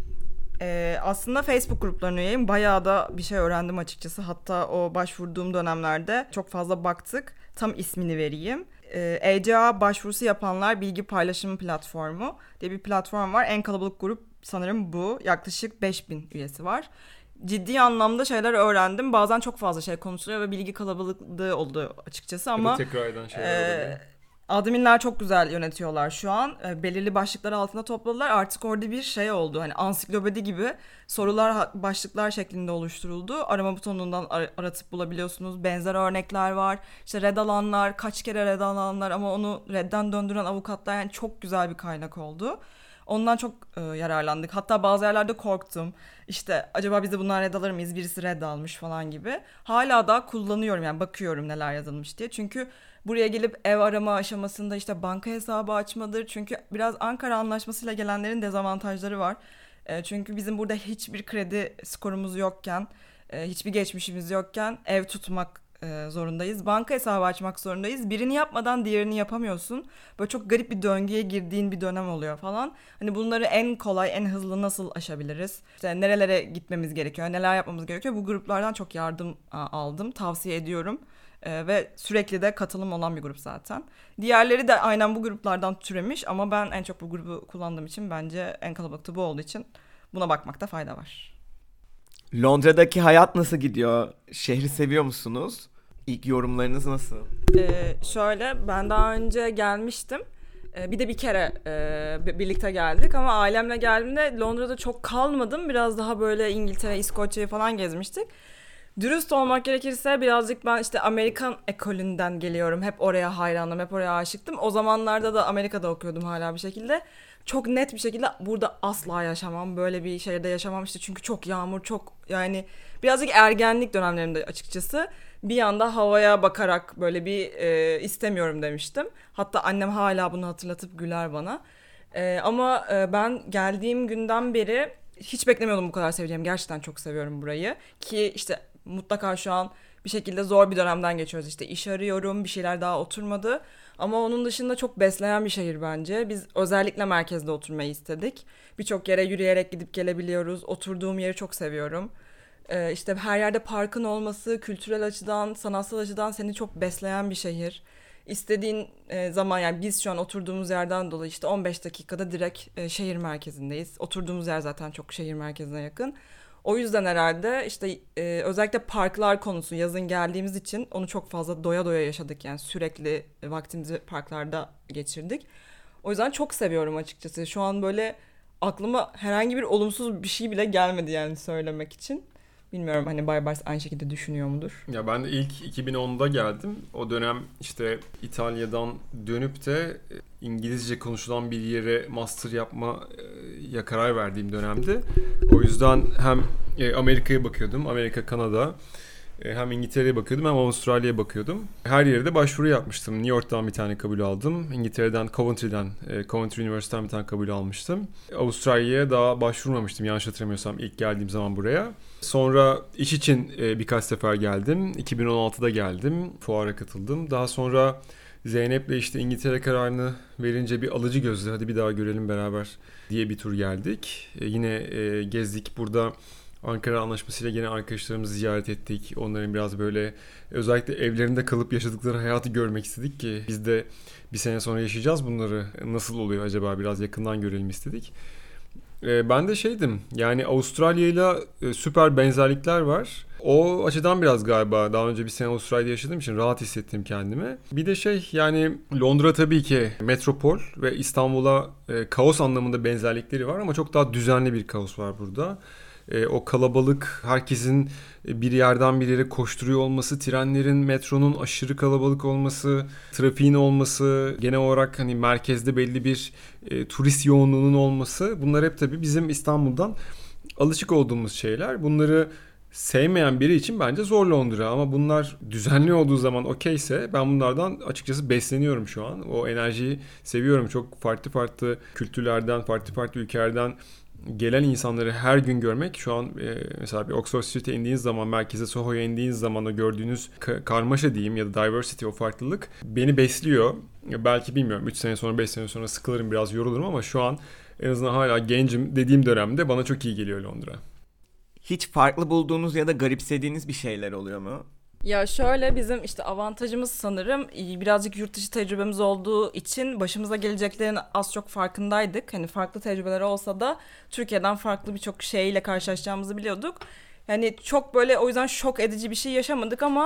Ee, aslında Facebook gruplarına üyeyim. Bayağı da bir şey öğrendim açıkçası. Hatta o başvurduğum dönemlerde çok fazla baktık. Tam ismini vereyim. Ee, E C A başvurusu yapanlar bilgi paylaşımı platformu diye bir platform var. En kalabalık grup sanırım bu. Yaklaşık beş bin üyesi var. Ciddi anlamda şeyler öğrendim. Bazen çok fazla şey konuşuluyor ve bilgi kalabalıklığı oldu açıkçası ama tekrar eden şeyler e, adminler çok güzel yönetiyorlar şu an. E, belirli başlıklar altında topladılar. Artık orada bir şey oldu. Hani ansiklopedi gibi sorular, başlıklar şeklinde oluşturuldu. Arama butonundan ar- aratıp bulabiliyorsunuz. Benzer örnekler var. İşte red alanlar, kaç kere red alanlar ama onu redden döndüren avukatlar, yani çok güzel bir kaynak oldu. Ondan çok e, yararlandık. Hatta bazı yerlerde korktum. İşte acaba biz de bunlar red alır mıyız? Birisi red almış falan gibi. Hala da kullanıyorum, yani bakıyorum neler yazılmış diye. Çünkü buraya gelip ev arama aşamasında işte banka hesabı açmadır. Çünkü biraz Ankara Anlaşması'yla gelenlerin dezavantajları var. E, çünkü bizim burada hiçbir kredi skorumuz yokken, e, hiçbir geçmişimiz yokken ev tutmak e, zorundayız. Banka hesabı açmak zorundayız. Birini yapmadan diğerini yapamıyorsun. Böyle çok garip bir döngüye girdiğin bir dönem oluyor falan. Hani bunları en kolay, en hızlı nasıl aşabiliriz? İşte nerelere gitmemiz gerekiyor, neler yapmamız gerekiyor? Bu gruplardan çok yardım a, aldım. Tavsiye ediyorum. Ee, ve sürekli de katılım olan bir grup zaten. Diğerleri de aynen bu gruplardan türemiş ama ben en çok bu grubu kullandığım için, bence en kalabalıkta bu olduğu için buna bakmakta fayda var. Londra'daki hayat nasıl gidiyor? Şehri seviyor musunuz? İlk yorumlarınız nasıl? Ee, şöyle, ben daha önce gelmiştim. Ee, bir de bir kere e, birlikte geldik ama ailemle geldiğimde Londra'da çok kalmadım. Biraz daha böyle İngiltere, İskoçya'yı falan gezmiştik. Dürüst olmak gerekirse birazcık ben işte Amerikan ekolünden geliyorum. Hep oraya hayranım, hep oraya aşıktım. O zamanlarda da Amerika'da okuyordum hala bir şekilde. Çok net bir şekilde burada asla yaşamam. Böyle bir şehirde yaşamam işte, çünkü çok yağmur, çok yani birazcık ergenlik dönemlerimde açıkçası. Bir anda havaya bakarak böyle bir e, istemiyorum demiştim. Hatta annem hala bunu hatırlatıp güler bana. E, ama e, ben geldiğim günden beri hiç beklemiyordum bu kadar seveceğim. Gerçekten çok seviyorum burayı. Ki işte mutlaka şu an bir şekilde zor bir dönemden geçiyoruz. İşte iş arıyorum, bir şeyler daha oturmadı. Ama onun dışında çok besleyen bir şehir bence. Biz özellikle merkezde oturmayı istedik. Birçok yere yürüyerek gidip gelebiliyoruz. Oturduğum yeri çok seviyorum. Ee, işte her yerde parkın olması, kültürel açıdan, sanatsal açıdan seni çok besleyen bir şehir. İstediğin e, zaman, yani biz şu an oturduğumuz yerden dolayı işte on beş dakikada direkt e, şehir merkezindeyiz. Oturduğumuz yer zaten çok şehir merkezine yakın. O yüzden herhalde işte e, özellikle parklar konusu, yazın geldiğimiz için onu çok fazla doya doya yaşadık. Yani sürekli vaktimizi parklarda geçirdik. O yüzden çok seviyorum açıkçası. Şu an böyle aklıma herhangi bir olumsuz bir şey bile gelmedi yani söylemek için. Bilmiyorum hani Baybars aynı şekilde düşünüyor mudur? Ya ben de ilk iki bin onda geldim. O dönem işte İtalya'dan dönüp de İngilizce konuşulan bir yere master yapmaya karar verdiğim dönemdi. O yüzden hem Amerika'ya bakıyordum, Amerika, Kanada. Hem İngiltere'ye bakıyordum hem Avustralya'ya bakıyordum. Her yere de başvuru yapmıştım. New York'tan bir tane kabul aldım. İngiltere'den, Coventry'den, Coventry Üniversitesi'nden bir tane kabul almıştım. Avustralya'ya daha başvurmamıştım yanlış hatırlamıyorsam ilk geldiğim zaman buraya. Sonra iş için birkaç sefer geldim. iki bin on altıda geldim. Fuara katıldım. Daha sonra Zeynep'le işte İngiltere kararını verince bir alıcı gözle hadi bir daha görelim beraber diye bir tur geldik. Yine gezdik burada. Ankara Anlaşması'yla gene arkadaşlarımızı ziyaret ettik. Onların biraz böyle özellikle evlerinde kalıp yaşadıkları hayatı görmek istedik ki biz de bir sene sonra yaşayacağız bunları. Nasıl oluyor acaba, biraz yakından görelim istedik. Ben de şeydim, yani Avustralya'yla süper benzerlikler var. O açıdan biraz galiba daha önce bir sene Avustralya'da yaşadığım için rahat hissettim kendimi. Bir de şey, yani Londra tabii ki metropol ve İstanbul'a kaos anlamında benzerlikleri var ama çok daha düzenli bir kaos var burada. E, o kalabalık, herkesin bir yerden bir yere koşturuyor olması, trenlerin, metronun aşırı kalabalık olması, trafiğin olması, genel olarak hani merkezde belli bir e, turist yoğunluğunun olması, bunlar hep tabii bizim İstanbul'dan alışık olduğumuz şeyler. Bunları sevmeyen biri için bence zor Londra ama bunlar düzenli olduğu zaman okeyse ben bunlardan açıkçası besleniyorum şu an. O enerjiyi seviyorum. Çok farklı farklı kültürlerden, farklı farklı ülkelerden gelen insanları her gün görmek, şu an e, mesela bir Oxford Street'e indiğiniz zaman, merkeze Soho'ya indiğiniz zaman o gördüğünüz ka- karmaşa diyeyim ya da diversity, o farklılık beni besliyor. Ya belki bilmiyorum üç sene sonra beş sene sonra sıkılırım, biraz yorulurum ama şu an en azından hala gencim dediğim dönemde bana çok iyi geliyor Londra. Hiç farklı bulduğunuz ya da garipsediğiniz bir şeyler oluyor mu? Ya şöyle, bizim işte avantajımız sanırım birazcık yurt dışı tecrübemiz olduğu için başımıza geleceklerin az çok farkındaydık. Hani farklı tecrübeler olsa da Türkiye'den farklı birçok şeyle karşılaşacağımızı biliyorduk. Yani çok böyle o yüzden şok edici bir şey yaşamadık ama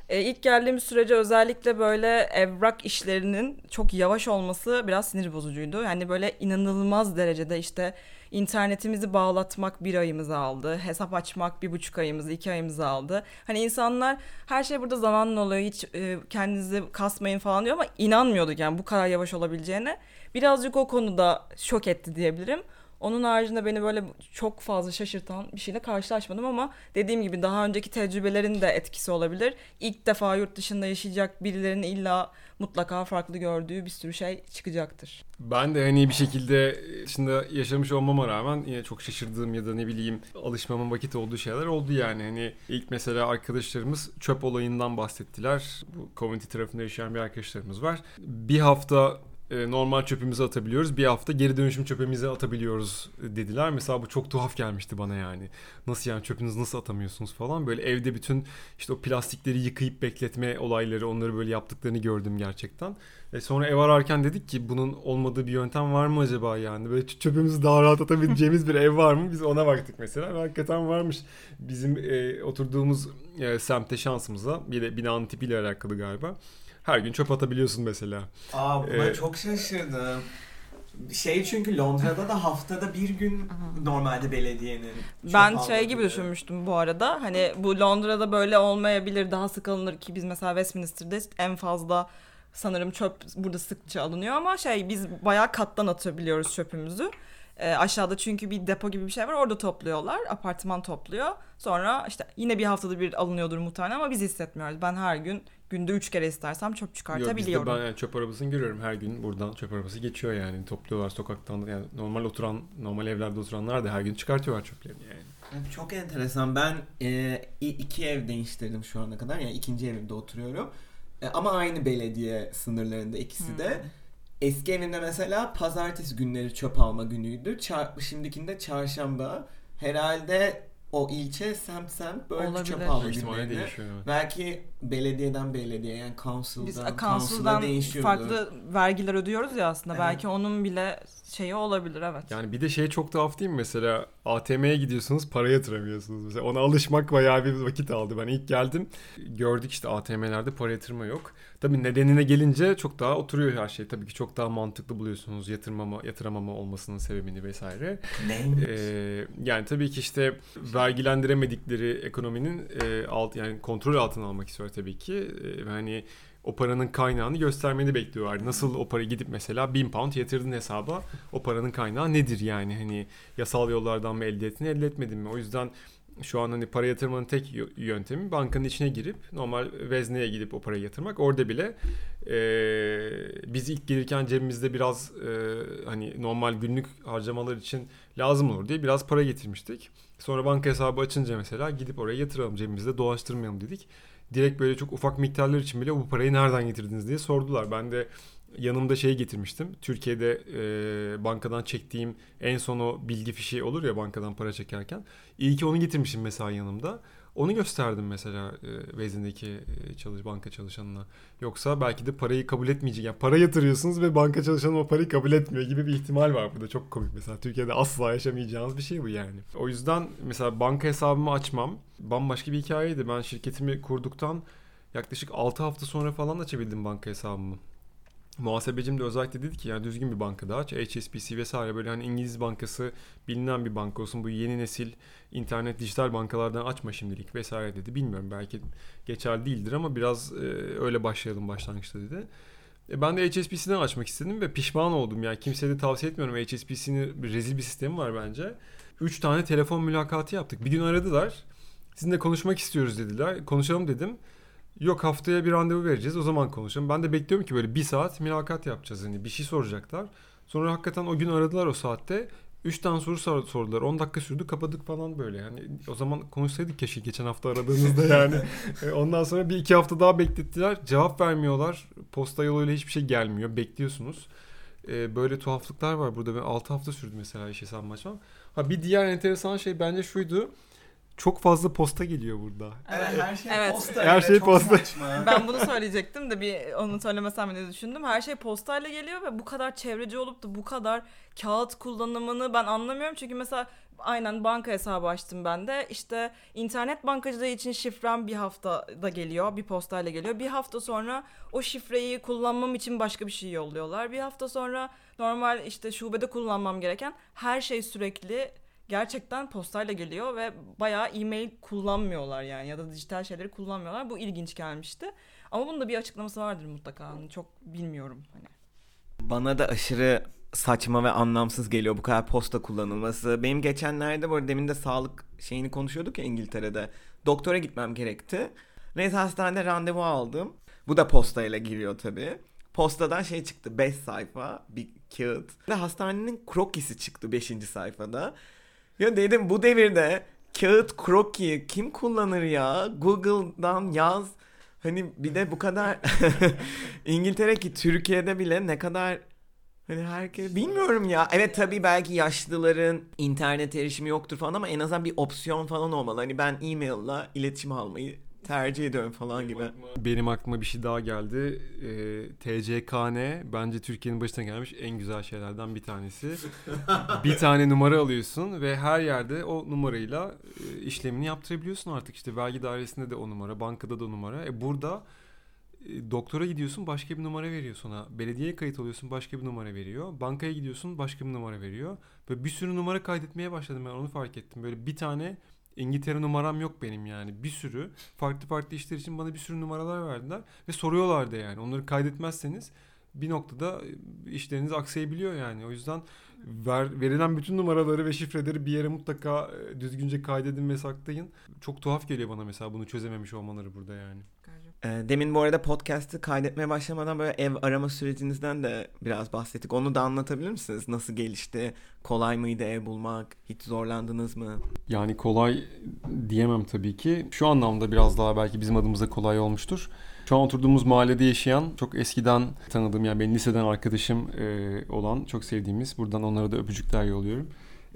E, ilk geldiğim sürece özellikle böyle evrak işlerinin çok yavaş olması biraz sinir bozucuydu. Yani böyle inanılmaz derecede işte internetimizi bağlatmak bir ayımızı aldı. Hesap açmak bir buçuk ayımızı, iki ayımızı aldı. Hani insanlar her şey burada zamanla oluyor, hiç e, kendinizi kasmayın falan diyor ama inanmıyorduk yani bu kadar yavaş olabileceğine. Birazcık o konuda şok etti diyebilirim. Onun haricinde beni böyle çok fazla şaşırtan bir şeyle karşılaşmadım ama dediğim gibi daha önceki tecrübelerin de etkisi olabilir. İlk defa yurt dışında yaşayacak birilerinin illa mutlaka farklı gördüğü bir sürü şey çıkacaktır. Ben de hani bir şekilde dışında yaşamış olmama rağmen yine çok şaşırdığım ya da ne bileyim alışmamın vakit olduğu şeyler oldu yani. Hani ilk mesela arkadaşlarımız çöp olayından bahsettiler. Bu community tarafında yaşayan bir arkadaşlarımız var. Bir hafta normal çöpümüzü atabiliyoruz. Bir hafta geri dönüşüm çöpümüzü atabiliyoruz dediler. Mesela bu çok tuhaf gelmişti bana yani. Nasıl yani çöpünüzü nasıl atamıyorsunuz falan. Böyle evde bütün işte o plastikleri yıkayıp bekletme olayları, onları böyle yaptıklarını gördüm gerçekten. E sonra ev ararken dedik ki bunun olmadığı bir yöntem var mı acaba yani? Böyle çöpümüzü daha rahat atabileceğimiz bir ev var mı? Biz ona baktık mesela. Ve hakikaten varmış. Bizim e, oturduğumuz e, semtte şansımıza bir binanın tipiyle alakalı galiba. Her gün çöp atabiliyorsun mesela. Aa buna ee, çok şaşırdım. Şey çünkü Londra'da da haftada bir gün normalde belediyenin Ben şey gibi düşünmüştüm bu arada. Hani bu Londra'da böyle olmayabilir, daha sık alınır ki biz mesela Westminster'da en fazla sanırım çöp burada sıkça alınıyor ama şey biz bayağı kattan atabiliyoruz çöpümüzü. E, aşağıda çünkü bir depo gibi bir şey var, orada topluyorlar, apartman topluyor. Sonra işte yine bir haftada bir alınıyordur muhtemelen ama biz hissetmiyoruz. Ben her gün günde üç kere istersem çöp çıkartabiliyorum. Yok, bizde ben yani çöp arabasını görüyorum her gün, buradan çöp arabası geçiyor yani, topluyorlar sokaktan, yani normal oturan, normal evlerde oturanlar da her gün çıkartıyorlar çöplerini yani. Çok enteresan. Ben e, iki ev değiştirdim şu ana kadar, yani ikinci evimde oturuyorum e, ama aynı belediye sınırlarında ikisi de. Hmm. Eski evimde mesela pazartesi günleri çöp alma günüydü. Çar- şimdikinde çarşamba. Herhalde o ilçe semt semt böyle çöp alma günleri. Belki belediyeden belediyeye, yani council'dan, Biz council'dan farklı vergiler ödüyoruz ya aslında. Evet. Belki onun bile şeyi olabilir, evet. Yani bir de şey çok tuhaf değil mi? Mesela A T M'ye gidiyorsunuz, para yatıramıyorsunuz. Mesela ona alışmak bayağı bir vakit aldı. Ben ilk geldim, gördük işte A T M'lerde para yatırma yok. Tabii nedenine gelince çok daha oturuyor her şey. Tabii ki çok daha mantıklı buluyorsunuz yatırmama, yatıramama olmasının sebebini vesaire. Neymiş? Ee, yani tabii ki işte vergilendiremedikleri ekonominin e, alt, yani kontrol altına almak istiyor tabii ki. E, hani o paranın kaynağını göstermeni bekliyorlar. Nasıl o parayı gidip mesela bin pound yatırdın hesaba, o paranın kaynağı nedir yani, hani yasal yollardan mı elde ettin, elde etmedin mi? O yüzden şu an hani para yatırmanın tek yöntemi bankanın içine girip normal vezneye gidip o parayı yatırmak. Orada bile e, biz ilk gelirken cebimizde biraz e, hani normal günlük harcamalar için lazım olur diye biraz para getirmiştik. Sonra banka hesabı açınca mesela gidip oraya yatıralım, cebimizde dolaştırmayalım dedik. Direkt böyle çok ufak miktarlar için bile bu parayı nereden getirdiniz diye sordular. Ben de yanımda şey getirmiştim. Türkiye'de e, bankadan çektiğim en son o bilgi fişi olur ya bankadan para çekerken. İyi ki onu getirmişim mesela yanımda. Onu gösterdim mesela e, vezindeki e, çalış, banka çalışanına. Yoksa belki de parayı kabul etmeyecek. Yani para yatırıyorsunuz ve banka çalışanı o parayı kabul etmiyor gibi bir ihtimal var burada. Çok komik mesela. Türkiye'de asla yaşamayacağınız bir şey bu yani. O yüzden mesela banka hesabımı açmam bambaşka bir hikayeydi. Ben şirketimi kurduktan yaklaşık altı hafta sonra falan açabildim banka hesabımı. Muhasebecim de özellikle dedi ki yani düzgün bir bankada aç. H S B C vesaire, böyle hani İngiliz bankası bilinen bir banka olsun. Bu yeni nesil internet dijital bankalardan açma şimdilik vesaire dedi. Bilmiyorum, belki geçerli değildir ama biraz e, öyle başlayalım başlangıçta dedi. E, ben de H S B C'den açmak istedim ve pişman oldum. Yani kimseye de tavsiye etmiyorum. H S B C'nin rezil bir sistemi var bence. Üç tane telefon mülakatı yaptık. Bir gün aradılar. Sizinle konuşmak istiyoruz dediler. Konuşalım dedim. Yok, haftaya bir randevu vereceğiz, o zaman konuşalım. Ben de bekliyorum ki böyle bir saat mülakat yapacağız. Hani bir şey soracaklar. Sonra hakikaten o gün aradılar o saatte. Üç tane soru sordular. on dakika sürdü, kapadık falan böyle. Yani o zaman konuşsaydık keşke geçen hafta aradığınızda yani. Ondan sonra bir iki hafta daha beklettiler. Cevap vermiyorlar. Posta yoluyla hiçbir şey gelmiyor. Bekliyorsunuz. Böyle tuhaflıklar var burada. altı hafta sürdü mesela iş hesabımı açmam. Ha, bir diğer enteresan şey bence şuydu. Çok fazla posta geliyor burada. Evet, her şey evet. posta. Her şey posta. Ben bunu söyleyecektim de bir onu söylemesem diye düşündüm. Her şey postayla geliyor ve bu kadar çevreci olup da bu kadar kağıt kullanımını ben anlamıyorum. Çünkü mesela Aynen, banka hesabı açtım ben de. İşte internet bankacılığı için şifrem bir haftada geliyor. Bir postayla geliyor. Bir hafta sonra o şifreyi kullanmam için başka bir şey yolluyorlar. Bir hafta sonra normal işte şubede kullanmam gereken her şey sürekli gerçekten postayla geliyor ve bayağı e-mail kullanmıyorlar yani, ya da dijital şeyleri kullanmıyorlar. Bu ilginç gelmişti. Ama bunun da bir açıklaması vardır mutlaka. Hani çok bilmiyorum hani. Bana da aşırı saçma ve anlamsız geliyor bu kadar posta kullanılması. Benim geçenlerde, bu arada demin de sağlık şeyini konuşuyorduk ya İngiltere'de. Doktora gitmem gerekti. Neyse hastanede randevu aldım. Bu da postayla giriyor tabii. Postadan şey çıktı, beş sayfa bir kağıt. Ve hastanenin krokisi çıktı beşinci sayfada. Ya dedim, bu devirde kağıt kroki kim kullanır ya? Google'dan yaz. Hani bir de bu kadar İngiltere ki Türkiye'de bile ne kadar hani herkes bilmiyorum ya. Evet tabii belki yaşlıların internet erişimi yoktur falan ama en azından bir opsiyon falan olmalı. Hani ben e-mail'la iletişim almayı tercih ediyorum falan gibi. Benim aklıma bir şey daha geldi. E, T C K N bence Türkiye'nin başına gelmiş en güzel şeylerden bir tanesi. Bir tane numara alıyorsun ve her yerde o numarayla e, işlemini yaptırabiliyorsun artık. İşte vergi dairesinde de o numara, bankada da o numara. E burada e, doktora gidiyorsun, başka bir numara veriyor sana. Belediyeye kayıt oluyorsun, başka bir numara veriyor. Bankaya gidiyorsun, başka bir numara veriyor. Böyle bir sürü numara kaydetmeye başladım, ben onu fark ettim. Böyle bir tane İngiltere numaram yok benim yani. Bir sürü farklı farklı işler için bana bir sürü numaralar verdiler ve soruyorlardı yani. Onları kaydetmezseniz bir noktada işleriniz aksayabiliyor yani. O yüzden ver, verilen bütün numaraları ve şifreleri bir yere mutlaka düzgünce kaydedin ve saklayın. Çok tuhaf geliyor bana mesela bunu çözememiş olmaları burada yani. Demin bu arada podcast'ı kaydetmeye başlamadan böyle ev arama sürecinizden de biraz bahsettik. Onu da anlatabilir misiniz? Nasıl gelişti? Kolay mıydı ev bulmak? Hiç zorlandınız mı? Yani kolay diyemem tabii ki. Şu anlamda biraz daha belki bizim adımıza kolay olmuştur. Şu an oturduğumuz mahallede yaşayan, çok eskiden tanıdığım, yani benim liseden arkadaşım e, olan, çok sevdiğimiz, buradan onlara da öpücükler yolluyorum.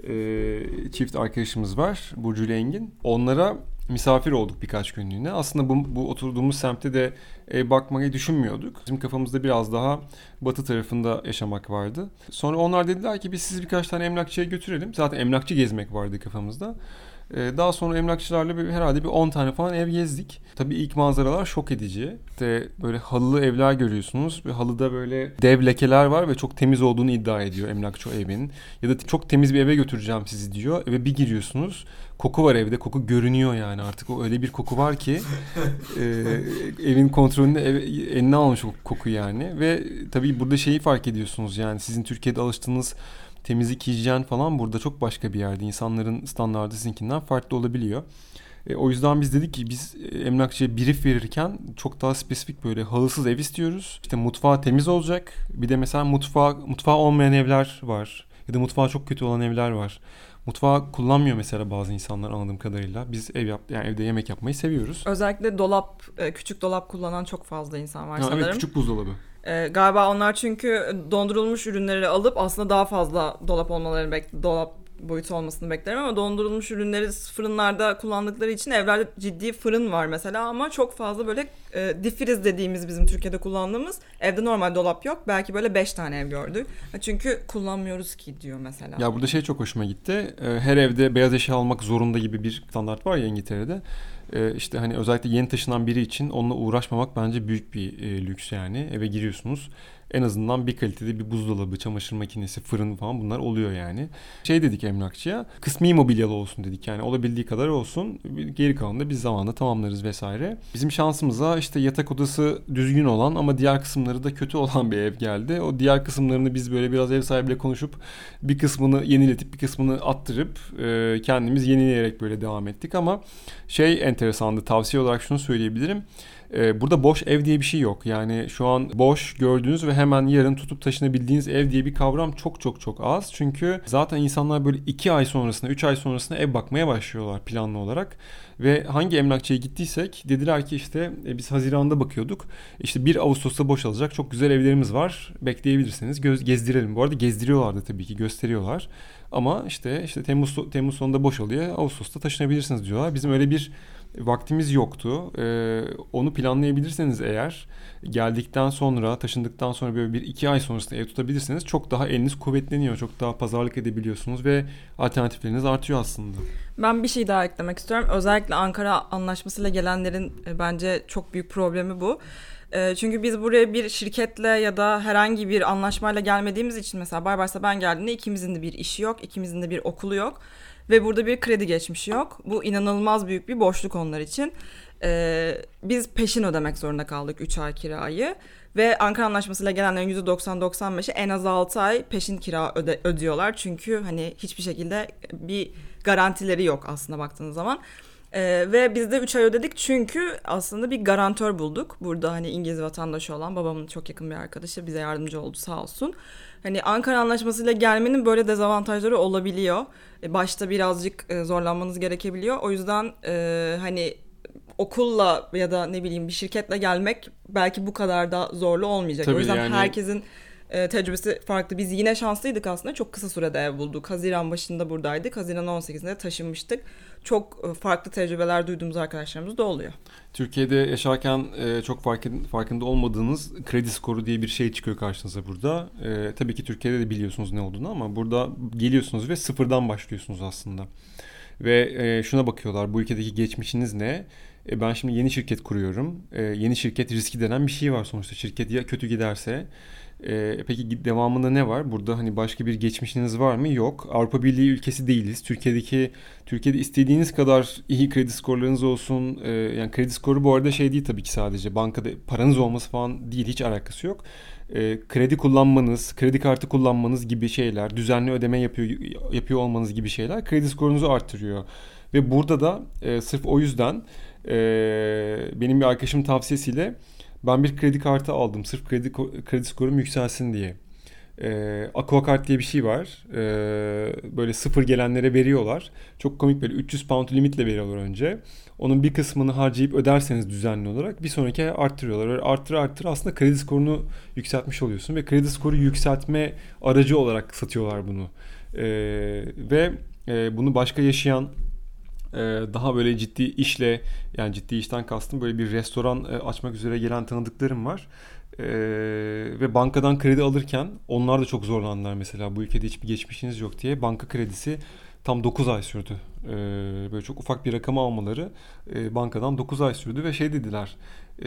E, çift arkadaşımız var, Burcu ile Engin. Onlara misafir olduk birkaç günlüğüne. Aslında bu, bu oturduğumuz semtte de e, bakmayı düşünmüyorduk. Bizim kafamızda biraz daha batı tarafında yaşamak vardı. Sonra onlar dediler ki biz sizi birkaç tane emlakçıya götürelim. Zaten emlakçı gezmek vardı kafamızda. Daha sonra emlakçılarla bir, herhalde bir on tane falan ev gezdik. Tabii ilk manzaralar şok edici. İşte böyle halılı evler görüyorsunuz. Ve halıda böyle dev lekeler var ve çok temiz olduğunu iddia ediyor emlakçı o evin. Ya da çok temiz bir eve götüreceğim sizi diyor. Eve bir giriyorsunuz. Koku var evde. Koku görünüyor yani. Artık o öyle bir koku var ki e, evin kontrolünü ev, eline almış o koku yani. Ve tabii burada şeyi fark ediyorsunuz yani sizin Türkiye'de alıştığınız temizlik, hijyen falan burada çok başka bir yerde. İnsanların standardı sizinkinden farklı olabiliyor. E, o yüzden biz dedik ki biz emlakçıya brief verirken çok daha spesifik böyle halısız ev istiyoruz. İşte mutfağı temiz olacak. Bir de mesela mutfağı, mutfağı olmayan evler var. Ya da mutfağı çok kötü olan evler var. Mutfağı kullanmıyor mesela bazı insanlar anladığım kadarıyla. Biz ev yap, yani evde yemek yapmayı seviyoruz. Özellikle dolap, küçük dolap kullanan çok fazla insan var ha, sanırım. Evet, küçük buzdolabı. Ee, galiba onlar çünkü dondurulmuş ürünleri alıp aslında daha fazla dolap olmalarını bek dolap boyutu olmasını beklerim ama dondurulmuş ürünleri fırınlarda kullandıkları için evlerde ciddi fırın var mesela ama çok fazla böyle e, difriz dediğimiz bizim Türkiye'de kullandığımız evde normal dolap yok. Belki böyle beş tane ev gördük. Çünkü kullanmıyoruz ki diyor mesela. Ya burada şey çok hoşuma gitti. Her evde beyaz eşya almak zorunda gibi bir standart var ya İngiltere'de. Ee, işte hani özellikle yeni taşınan biri için onunla uğraşmamak bence büyük bir e, lüks yani. Eve giriyorsunuz. En azından bir kalitede bir buzdolabı, çamaşır makinesi, fırın falan bunlar oluyor yani. Şey dedik emlakçıya, kısmi mobilyalı olsun dedik yani olabildiği kadar olsun. Geri kalanını da biz zamanla tamamlarız vesaire. Bizim şansımıza işte yatak odası düzgün olan ama diğer kısımları da kötü olan bir ev geldi. O diğer kısımlarını biz böyle biraz ev sahibiyle konuşup bir kısmını yeniletip bir kısmını attırıp e, kendimiz yenileyerek böyle devam ettik ama şey enteresandı, tavsiye olarak şunu söyleyebilirim. Burada boş ev diye bir şey yok. Yani şu an boş gördüğünüz ve hemen yarın tutup taşınabildiğiniz ev diye bir kavram çok çok çok az. Çünkü zaten insanlar böyle iki ay sonrasında, üç ay sonrasında ev bakmaya başlıyorlar planlı olarak. Ve hangi emlakçıya gittiysek dediler ki işte e, biz Haziran'da bakıyorduk. İşte bir Ağustos'ta boşalacak çok güzel evlerimiz var. Bekleyebilirsiniz. Göz, gezdirelim. Bu arada gezdiriyorlardı tabii ki, gösteriyorlar. Ama işte işte Temmuz Temmuz sonunda boşalıyor. Ağustos'ta taşınabilirsiniz diyorlar. Bizim öyle bir vaktimiz yoktu. Ee, onu planlayabilirseniz eğer, geldikten sonra, taşındıktan sonra böyle bir iki ay sonrasında ev tutabilirseniz çok daha eliniz kuvvetleniyor. Çok daha pazarlık edebiliyorsunuz ve alternatifleriniz artıyor aslında. Ben bir şey daha eklemek istiyorum. Özellikle Ankara Anlaşması'yla gelenlerin e, bence çok büyük problemi bu. E, çünkü biz buraya bir şirketle ya da herhangi bir anlaşmayla gelmediğimiz için, mesela Baybars'a ben geldiğimde ikimizin de bir işi yok, ikimizin de bir okulu yok ve burada bir kredi geçmişi yok. Bu inanılmaz büyük bir boşluk onlar için. E, biz peşin ödemek zorunda kaldık üç ay kirayı. Ve Ankara Anlaşması'yla gelenlerin yüzde doksan doksan beşi en az altı ay peşin kira öde, ödüyorlar. Çünkü hani hiçbir şekilde bir garantileri yok aslında baktığınız zaman. Ee, ve biz de üç ay ödedik çünkü aslında bir garantör bulduk. Burada hani İngiliz vatandaşı olan babamın çok yakın bir arkadaşı bize yardımcı oldu sağ olsun. Hani Ankara Anlaşması'yla gelmenin böyle dezavantajları olabiliyor. Ee, başta birazcık e, zorlanmanız gerekebiliyor. O yüzden e, hani okulla ya da ne bileyim bir şirketle gelmek belki bu kadar da zorlu olmayacak. Tabii o yüzden yani... herkesin e, tecrübesi farklı. Biz yine şanslıydık aslında. Çok kısa sürede ev bulduk. Haziran başında buradaydık. Haziran on sekizinde taşınmıştık. Çok e, farklı tecrübeler duyduğumuz arkadaşlarımız da oluyor. Türkiye'de yaşarken e, çok farkın, farkında olmadığınız kredi skoru diye bir şey çıkıyor karşınıza burada. E, tabii ki Türkiye'de de biliyorsunuz ne olduğunu ama burada geliyorsunuz ve sıfırdan başlıyorsunuz aslında. Ve e, şuna bakıyorlar, bu ülkedeki geçmişiniz ne? E, ben şimdi yeni şirket kuruyorum. E, yeni şirket riski denen bir şey var sonuçta. Şirket ya kötü giderse. E, peki devamında ne var? Burada hani başka bir geçmişiniz var mı? Yok. Avrupa Birliği ülkesi değiliz. Türkiye'deki Türkiye'de istediğiniz kadar iyi kredi skorlarınız olsun. E, yani kredi skoru bu arada şey değil tabii ki, sadece bankada paranız olması falan değil, hiç alakası yok. E, kredi kullanmanız, kredi kartı kullanmanız gibi şeyler, düzenli ödeme yapıyor yapıyor olmanız gibi şeyler kredi skorunuzu arttırıyor. Ve burada da e, sırf o yüzden e, benim bir arkadaşımın tavsiyesiyle ben bir kredi kartı aldım. Sırf kredi kredi skorum yükselsin diye. E, Aquakart diye bir şey var. E, böyle sıfır gelenlere veriyorlar. Çok komik, böyle üç yüz pound limitle veriyorlar önce. Onun bir kısmını harcayıp öderseniz düzenli olarak bir sonraki ay arttırıyorlar. Öyle arttır arttır aslında kredi skorunu yükseltmiş oluyorsun ve kredi skoru yükseltme aracı olarak satıyorlar bunu. E, ve e, bunu başka yaşayan, daha böyle ciddi işle, yani ciddi işten kastım böyle bir restoran açmak üzere gelen tanıdıklarım var. Ee, ve bankadan kredi alırken onlar da çok zorlandılar mesela, bu ülkede hiçbir geçmişiniz yok diye. Banka kredisi tam dokuz ay sürdü. Ee, böyle çok ufak bir rakamı almaları e, bankadan dokuz ay sürdü ve şey dediler, e,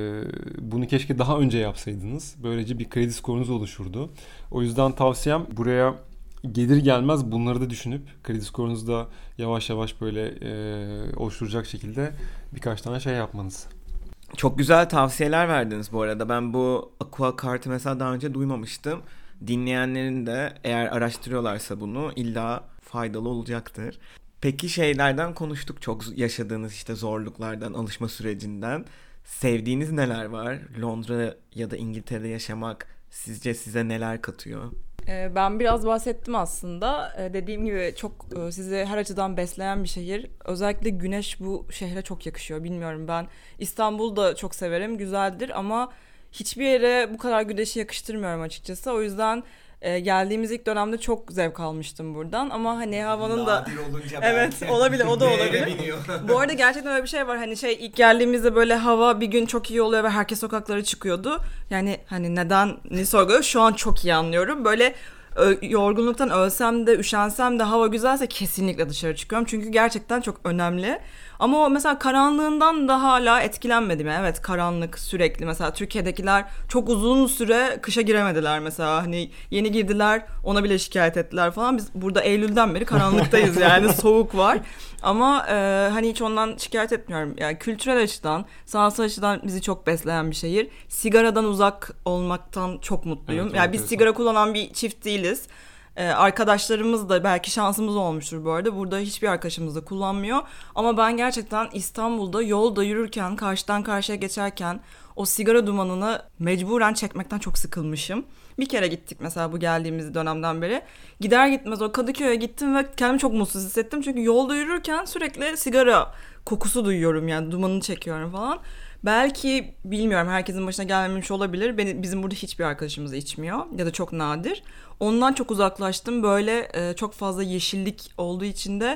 bunu keşke daha önce yapsaydınız. Böylece bir kredi skorunuz oluşurdu. O yüzden tavsiyem, buraya gelir gelmez bunları da düşünüp kredi skorunuzu da yavaş yavaş böyle e, oluşturacak şekilde birkaç tane şey yapmanız. Çok güzel tavsiyeler verdiniz bu arada. Ben bu Aquakart'ı mesela daha önce duymamıştım. Dinleyenlerin de eğer araştırıyorlarsa bunu illa faydalı olacaktır. Peki şeylerden konuştuk, çok yaşadığınız işte zorluklardan, alışma sürecinden. Sevdiğiniz neler var? Londra ya da İngiltere'de yaşamak sizce size neler katıyor? Ben biraz bahsettim aslında. Dediğim gibi çok sizi her açıdan besleyen bir şehir. Özellikle güneş bu şehre çok yakışıyor. Bilmiyorum, ben İstanbul'u da çok severim, güzeldir ama hiçbir yere bu kadar güneşi yakıştırmıyorum açıkçası. O yüzden geldiğimiz ilk dönemde çok zevk almıştım buradan ama hani havanın da nadir olunca evet olabilir, o da olabilir. Bu arada gerçekten öyle bir şey var, hani şey, ilk geldiğimizde böyle hava bir gün çok iyi oluyor ve herkes sokaklara çıkıyordu. Yani hani neden ne sorguluyor, şu an çok iyi anlıyorum. Böyle yorgunluktan ölsem de üşensem de hava güzelse kesinlikle dışarı çıkıyorum. Çünkü gerçekten çok önemli. Ama o mesela karanlığından da hala etkilenmedim. Evet, karanlık sürekli. Mesela Türkiye'dekiler çok uzun süre kışa giremediler mesela. Hani yeni girdiler, ona bile şikayet ettiler falan. Biz burada Eylül'den beri karanlıktayız yani soğuk var. Ama e, hani hiç ondan şikayet etmiyorum. Yani kültürel açıdan, sanatsal açıdan bizi çok besleyen bir şehir. Sigaradan uzak olmaktan çok mutluyum. Evet, yani biz sigara kullanan bir çift değiliz. Ee, arkadaşlarımız da belki şansımız olmuştur bu arada. Burada hiçbir arkadaşımız da kullanmıyor. Ama ben gerçekten İstanbul'da yolda yürürken, karşıdan karşıya geçerken o sigara dumanını mecburen çekmekten çok sıkılmışım. Bir kere gittik mesela bu geldiğimiz dönemden beri. Gider gitmez o Kadıköy'e gittim ve kendimi çok mutsuz hissettim. Çünkü yolda yürürken sürekli sigara kokusu duyuyorum, yani dumanını çekiyorum falan. Belki bilmiyorum, herkesin başına gelmemiş olabilir. Benim, bizim burada hiçbir arkadaşımız içmiyor ya da çok nadir. Ondan çok uzaklaştım. Böyle e, çok fazla yeşillik olduğu için de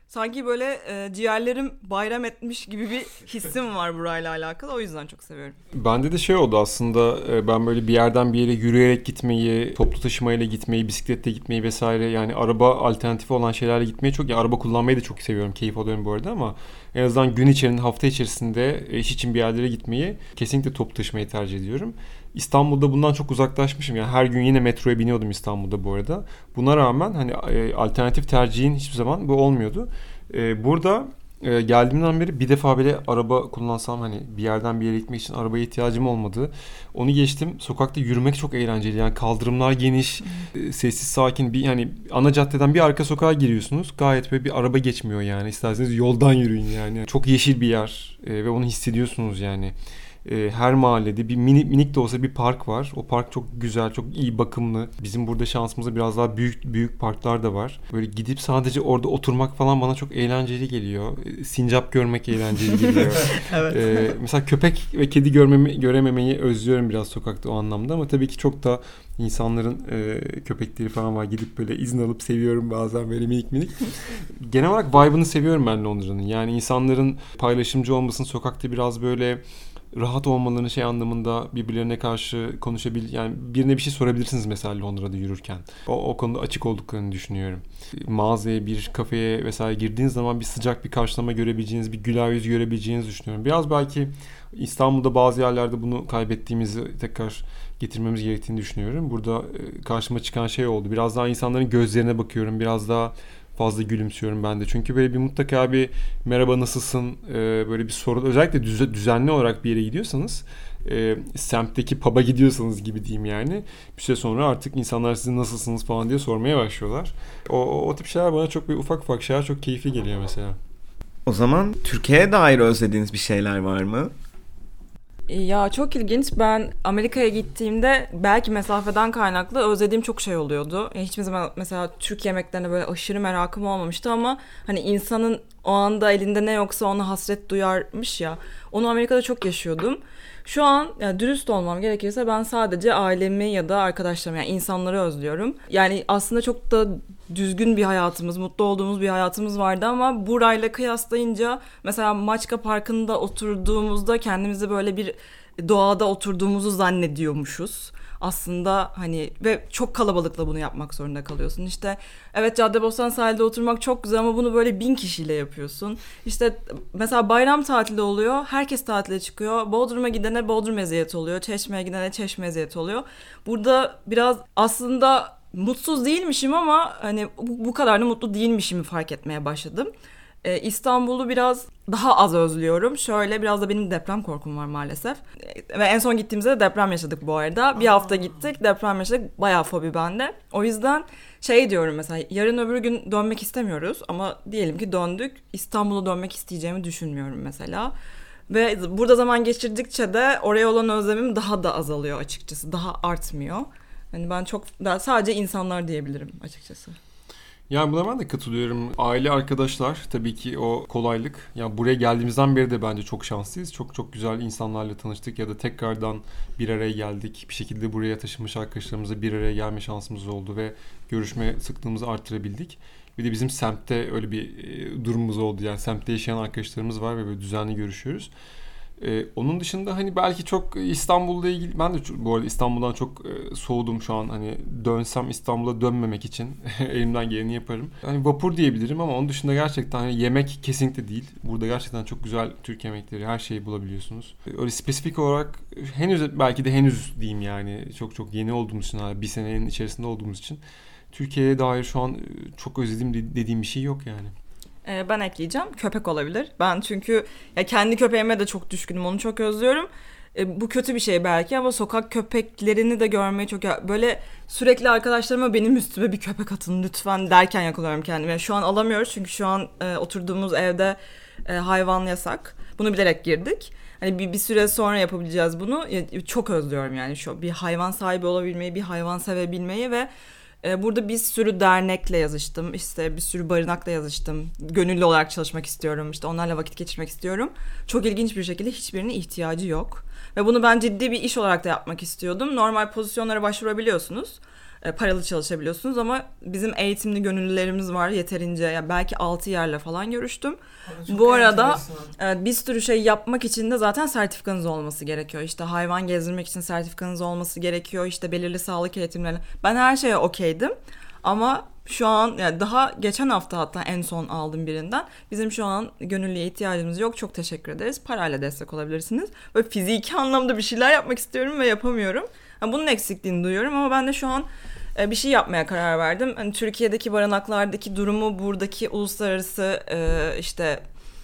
Sanki böyle e, ciğerlerim bayram etmiş gibi bir hissim var burayla alakalı. O yüzden çok seviyorum. Bende de şey oldu aslında, ben böyle bir yerden bir yere yürüyerek gitmeyi, toplu taşımayla gitmeyi, bisikletle gitmeyi vesaire, yani araba alternatifi olan şeylerle gitmeyi çok, ya araba kullanmayı da çok seviyorum, keyif alıyorum bu arada, ama en azından gün içerisinde, hafta içerisinde iş için bir yerlere gitmeyi kesinlikle toplu taşımayı tercih ediyorum. İstanbul'da bundan çok uzaklaşmışım. Yani her gün yine metroya biniyordum İstanbul'da bu arada. Buna rağmen hani alternatif tercihin hiçbir zaman bu olmuyordu. Burada geldiğimden beri bir defa bile araba kullansam, hani bir yerden bir yere gitmek için arabaya ihtiyacım olmadı. Onu geçtim. Sokakta yürümek çok eğlenceli. Yani kaldırımlar geniş, hmm. sessiz, sakin. Bir hani ana caddeden bir arka sokağa giriyorsunuz. Gayet böyle bir araba geçmiyor yani. İsterseniz yoldan yürüyün yani. Çok yeşil bir yer ve onu hissediyorsunuz yani. Her mahallede bir minik, minik de olsa bir park var. O park çok güzel, çok iyi bakımlı. Bizim burada şansımızda biraz daha büyük büyük parklar da var. Böyle gidip sadece orada oturmak falan bana çok eğlenceli geliyor. Sincap görmek eğlenceli geliyor. Evet. Ee, mesela köpek ve kedi görmemi, görememeyi özlüyorum biraz sokakta o anlamda, ama tabii ki çok da insanların e, köpekleri falan var. Gidip böyle izin alıp seviyorum bazen, böyle minik minik. Genel olarak vibe'ını seviyorum ben Londra'nın. Yani insanların paylaşımcı olmasını, sokakta biraz böyle rahat olmalarını şey anlamında, birbirlerine karşı konuşabil, yani birine bir şey sorabilirsiniz mesela Londra'da yürürken. O, o konuda açık olduklarını düşünüyorum. Mağazaya, bir kafeye vesaire girdiğiniz zaman bir sıcak bir karşılama görebileceğiniz, bir güler yüz görebileceğinizi düşünüyorum. Biraz belki İstanbul'da bazı yerlerde bunu kaybettiğimizi tekrar getirmemiz gerektiğini düşünüyorum. Burada karşıma çıkan şey oldu. Biraz daha insanların gözlerine bakıyorum. Biraz daha fazla gülümsüyorum ben de. Çünkü böyle bir mutlaka bir merhaba nasılsın, böyle bir soru, özellikle düzenli olarak bir yere gidiyorsanız, e, semtteki pub'a gidiyorsanız gibi diyeyim yani, bir süre sonra artık insanlar size nasılsınız falan diye sormaya başlıyorlar. O, o, o tip şeyler bana çok, bir ufak ufak şeyler çok keyifli geliyor mesela. O zaman Türkiye'ye dair özlediğiniz bir şeyler var mı? Ya çok ilginç. Ben Amerika'ya gittiğimde belki mesafeden kaynaklı özlediğim çok şey oluyordu. Yani hiçbir zaman mesela Türk yemeklerine böyle aşırı merakım olmamıştı, ama hani insanın o anda elinde ne yoksa ona hasret duyarmış ya. Onu Amerika'da çok yaşıyordum. Şu an yani dürüst olmam gerekirse ben sadece ailemi ya da arkadaşlarımı, yani insanları özlüyorum. Yani aslında çok da düzgün bir hayatımız, mutlu olduğumuz bir hayatımız vardı, ama burayla kıyaslayınca mesela Maçka Parkı'nda oturduğumuzda kendimizi böyle bir doğada oturduğumuzu zannediyormuşuz. Aslında hani ve çok kalabalıkla bunu yapmak zorunda kalıyorsun. İşte evet, Caddebostan sahilde oturmak çok güzel, ama bunu böyle bin kişiyle yapıyorsun. İşte mesela bayram tatili oluyor, herkes tatile çıkıyor. Bodrum'a gidene Bodrum eziyeti oluyor, Çeşme'ye gidene Çeşme eziyeti oluyor. Burada biraz aslında mutsuz değilmişim, ama hani bu, bu kadar da mutlu değilmişimi fark etmeye başladım. Ee, İstanbul'u biraz daha az özlüyorum. Şöyle, biraz da benim deprem korkum var maalesef. Ee, ve en son gittiğimizde de deprem yaşadık bu arada. Bir hafta gittik, deprem yaşadık. Bayağı fobi bende. O yüzden şey diyorum mesela, yarın öbür gün dönmek istemiyoruz, ama diyelim ki döndük. İstanbul'a dönmek isteyeceğimi düşünmüyorum mesela. Ve burada zaman geçirdikçe de oraya olan özlemim daha da azalıyor açıkçası. Daha artmıyor. Yani ben çok daha sadece insanlar diyebilirim açıkçası. Yani buna ben de katılıyorum. Aile, arkadaşlar, tabii ki o kolaylık. Yani buraya geldiğimizden beri de bence çok şanslıyız. Çok çok güzel insanlarla tanıştık ya da tekrardan bir araya geldik. Bir şekilde buraya taşınmış arkadaşlarımızla bir araya gelme şansımız oldu ve görüşme sıklığımızı arttırabildik. Bir de bizim semtte öyle bir durumumuz oldu. Yani semtte yaşayan arkadaşlarımız var ve böyle düzenli görüşüyoruz. Ee, onun dışında hani belki çok İstanbul'la ilgili, ben de bu arada İstanbul'dan çok e, soğudum şu an. Hani dönsem İstanbul'a dönmemek için elimden geleni yaparım. Hani vapur diyebilirim, ama onun dışında gerçekten hani yemek kesinlikle değil. Burada gerçekten çok güzel Türk yemekleri, her şeyi bulabiliyorsunuz. Öyle spesifik olarak henüz, belki de henüz diyeyim yani, çok çok yeni olduğumuz için, bir senenin içerisinde olduğumuz için Türkiye'ye dair şu an çok özlediğim dediğim bir şey yok yani. Ben ekleyeceğim. Köpek olabilir. Ben çünkü ya kendi köpeğime de çok düşkünüm. Onu çok özlüyorum. E, bu kötü bir şey belki, ama sokak köpeklerini de görmeyi çok... Ya, böyle sürekli arkadaşlarıma benim üstüme bir köpek atın lütfen derken yakalıyorum kendimi. Yani şu an alamıyoruz çünkü şu an e, oturduğumuz evde e, hayvan yasak. Bunu bilerek girdik. Hani bir, bir süre sonra yapabileceğiz bunu. Ya, çok özlüyorum yani şu bir hayvan sahibi olabilmeyi, bir hayvan sevebilmeyi ve burada bir sürü dernekle yazıştım, işte bir sürü barınakla yazıştım. Gönüllü olarak çalışmak istiyorum, işte onlarla vakit geçirmek istiyorum. Çok ilginç bir şekilde hiçbirine ihtiyacı yok. Ve bunu ben ciddi bir iş olarak da yapmak istiyordum. Normal pozisyonlara başvurabiliyorsunuz. e, paralı çalışabiliyorsunuz ama bizim eğitimli gönüllülerimiz var yeterince. Yani belki altı yerle falan görüştüm. Bu arada e, bir sürü şey yapmak için de zaten sertifikanız olması gerekiyor. İşte hayvan gezdirmek için sertifikanız olması gerekiyor. İşte belirli sağlık eğitimleri. Ben her şeye okeydim. Ama şu an yani daha geçen hafta hatta en son aldım birinden. Bizim şu an gönüllüye ihtiyacımız yok. Çok teşekkür ederiz. Parayla destek olabilirsiniz. Böyle fiziki anlamda bir şeyler yapmak istiyorum ve yapamıyorum. Yani bunun eksikliğini duyuyorum ama ben de şu an e, bir şey yapmaya karar verdim. Hani Türkiye'deki barınaklardaki durumu buradaki uluslararası e, işte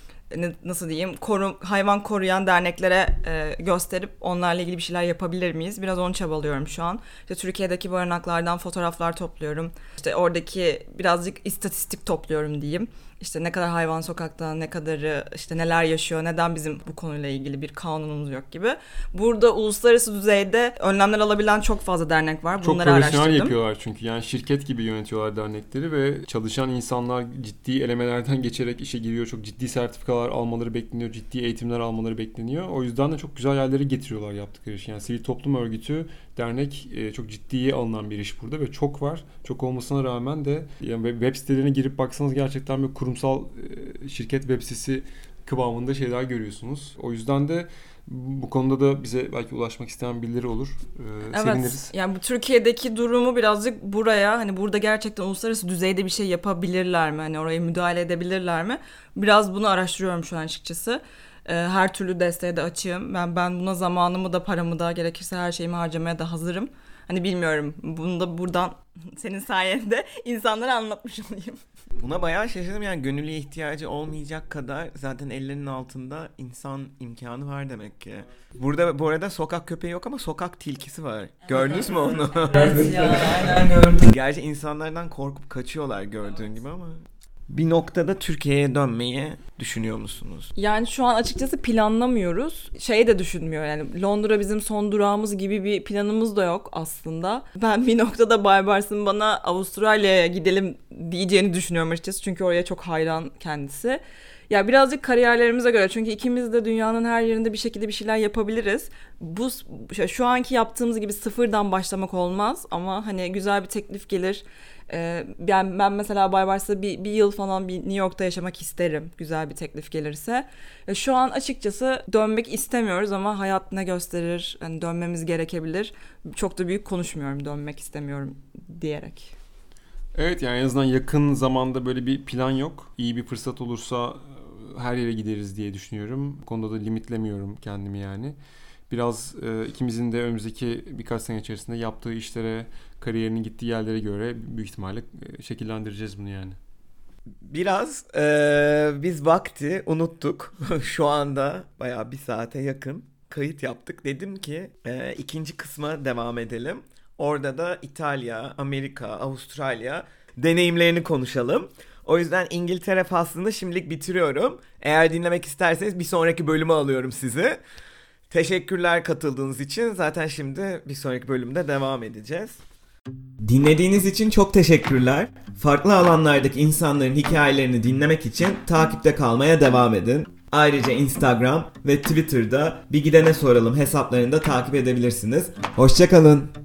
nasıl diyeyim koru, hayvan koruyan derneklere e, gösterip onlarla ilgili bir şeyler yapabilir miyiz? Biraz onu çabalıyorum şu an. İşte Türkiye'deki barınaklardan fotoğraflar topluyorum. İşte oradaki birazcık istatistik topluyorum diyeyim. İşte ne kadar hayvan sokakta, ne kadarı işte neler yaşıyor, neden bizim bu konuyla ilgili bir kanunumuz yok gibi. Burada uluslararası düzeyde önlemler alabilen çok fazla dernek var. Bunları çok araştırdım. Çok profesyonel yapıyorlar çünkü. Yani şirket gibi yönetiyorlar dernekleri ve çalışan insanlar ciddi elemelerden geçerek işe giriyor. Çok ciddi sertifikalar almaları bekleniyor, ciddi eğitimler almaları bekleniyor. O yüzden de çok güzel yerlere getiriyorlar yaptıkları iş. Yani sivil toplum örgütü, dernek çok ciddiye alınan bir iş burada ve çok var. Çok olmasına rağmen de yani web sitelerine girip baksanız gerçekten bir kurumsal şirket web sitesi kıvamında şeyler görüyorsunuz. O yüzden de bu konuda da bize belki ulaşmak isteyen birileri olur. Ee, evet, seviniriz. Yani bu Türkiye'deki durumu birazcık buraya hani burada gerçekten uluslararası düzeyde bir şey yapabilirler mi? Hani oraya müdahale edebilirler mi? Biraz bunu araştırıyorum şu an açıkçası. Her türlü desteğe de açığım. Ben ben buna zamanımı da paramı da gerekirse her şeyimi harcamaya da hazırım. Hani bilmiyorum. Bunu da buradan senin sayende insanlara anlatmış olayım. Buna bayağı şaşırdım yani gönüllüye ihtiyacı olmayacak kadar zaten ellerinin altında insan imkanı var demek ki. Burada bu arada sokak köpeği yok ama sokak tilkisi var. Gördünüz mü onu? Evet ya aynen gördüm. Gerçi insanlardan korkup kaçıyorlar gördüğün gibi ama. Bir noktada Türkiye'ye dönmeyi düşünüyor musunuz? Yani şu an açıkçası planlamıyoruz. Şey de düşünmüyor yani Londra bizim son durağımız gibi bir planımız da yok aslında. Ben bir noktada Baybars'ın bana Avustralya'ya gidelim diyeceğini düşünüyorum açıkçası. Çünkü oraya çok hayran kendisi. Ya birazcık kariyerlerimize göre çünkü ikimiz de dünyanın her yerinde bir şekilde bir şeyler yapabiliriz. Bu şu anki yaptığımız gibi sıfırdan başlamak olmaz ama hani güzel bir teklif gelir. Ee, ben, ben mesela Baybars'ta bir, bir yıl falan bir New York'ta yaşamak isterim güzel bir teklif gelirse. E, şu an açıkçası dönmek istemiyoruz ama hayat ne gösterir hani dönmemiz gerekebilir. Çok da büyük konuşmuyorum dönmek istemiyorum diyerek. Evet yani en azından yakın zamanda böyle bir plan yok. İyi bir fırsat olursa her yere gideriz diye düşünüyorum. Bu konuda da limitlemiyorum kendimi yani. Biraz e, ikimizin de önümüzdeki birkaç sene içerisinde yaptığı işlere, kariyerinin gittiği yerlere göre büyük ihtimalle e, şekillendireceğiz bunu yani. Biraz e, biz vakti unuttuk. Şu anda bayağı bir saate yakın kayıt yaptık. Dedim ki e, ikinci kısma devam edelim. Orada da İtalya, Amerika, Avustralya deneyimlerini konuşalım. O yüzden İngiltere faslını şimdilik bitiriyorum. Eğer dinlemek isterseniz bir sonraki bölümü alıyorum sizi. Teşekkürler katıldığınız için. Zaten şimdi bir sonraki bölümde devam edeceğiz. Dinlediğiniz için çok teşekkürler. Farklı alanlardaki insanların hikayelerini dinlemek için takipte kalmaya devam edin. Ayrıca Instagram ve Twitter'da Bir Gidene Soralım hesaplarını da takip edebilirsiniz. Hoşça kalın.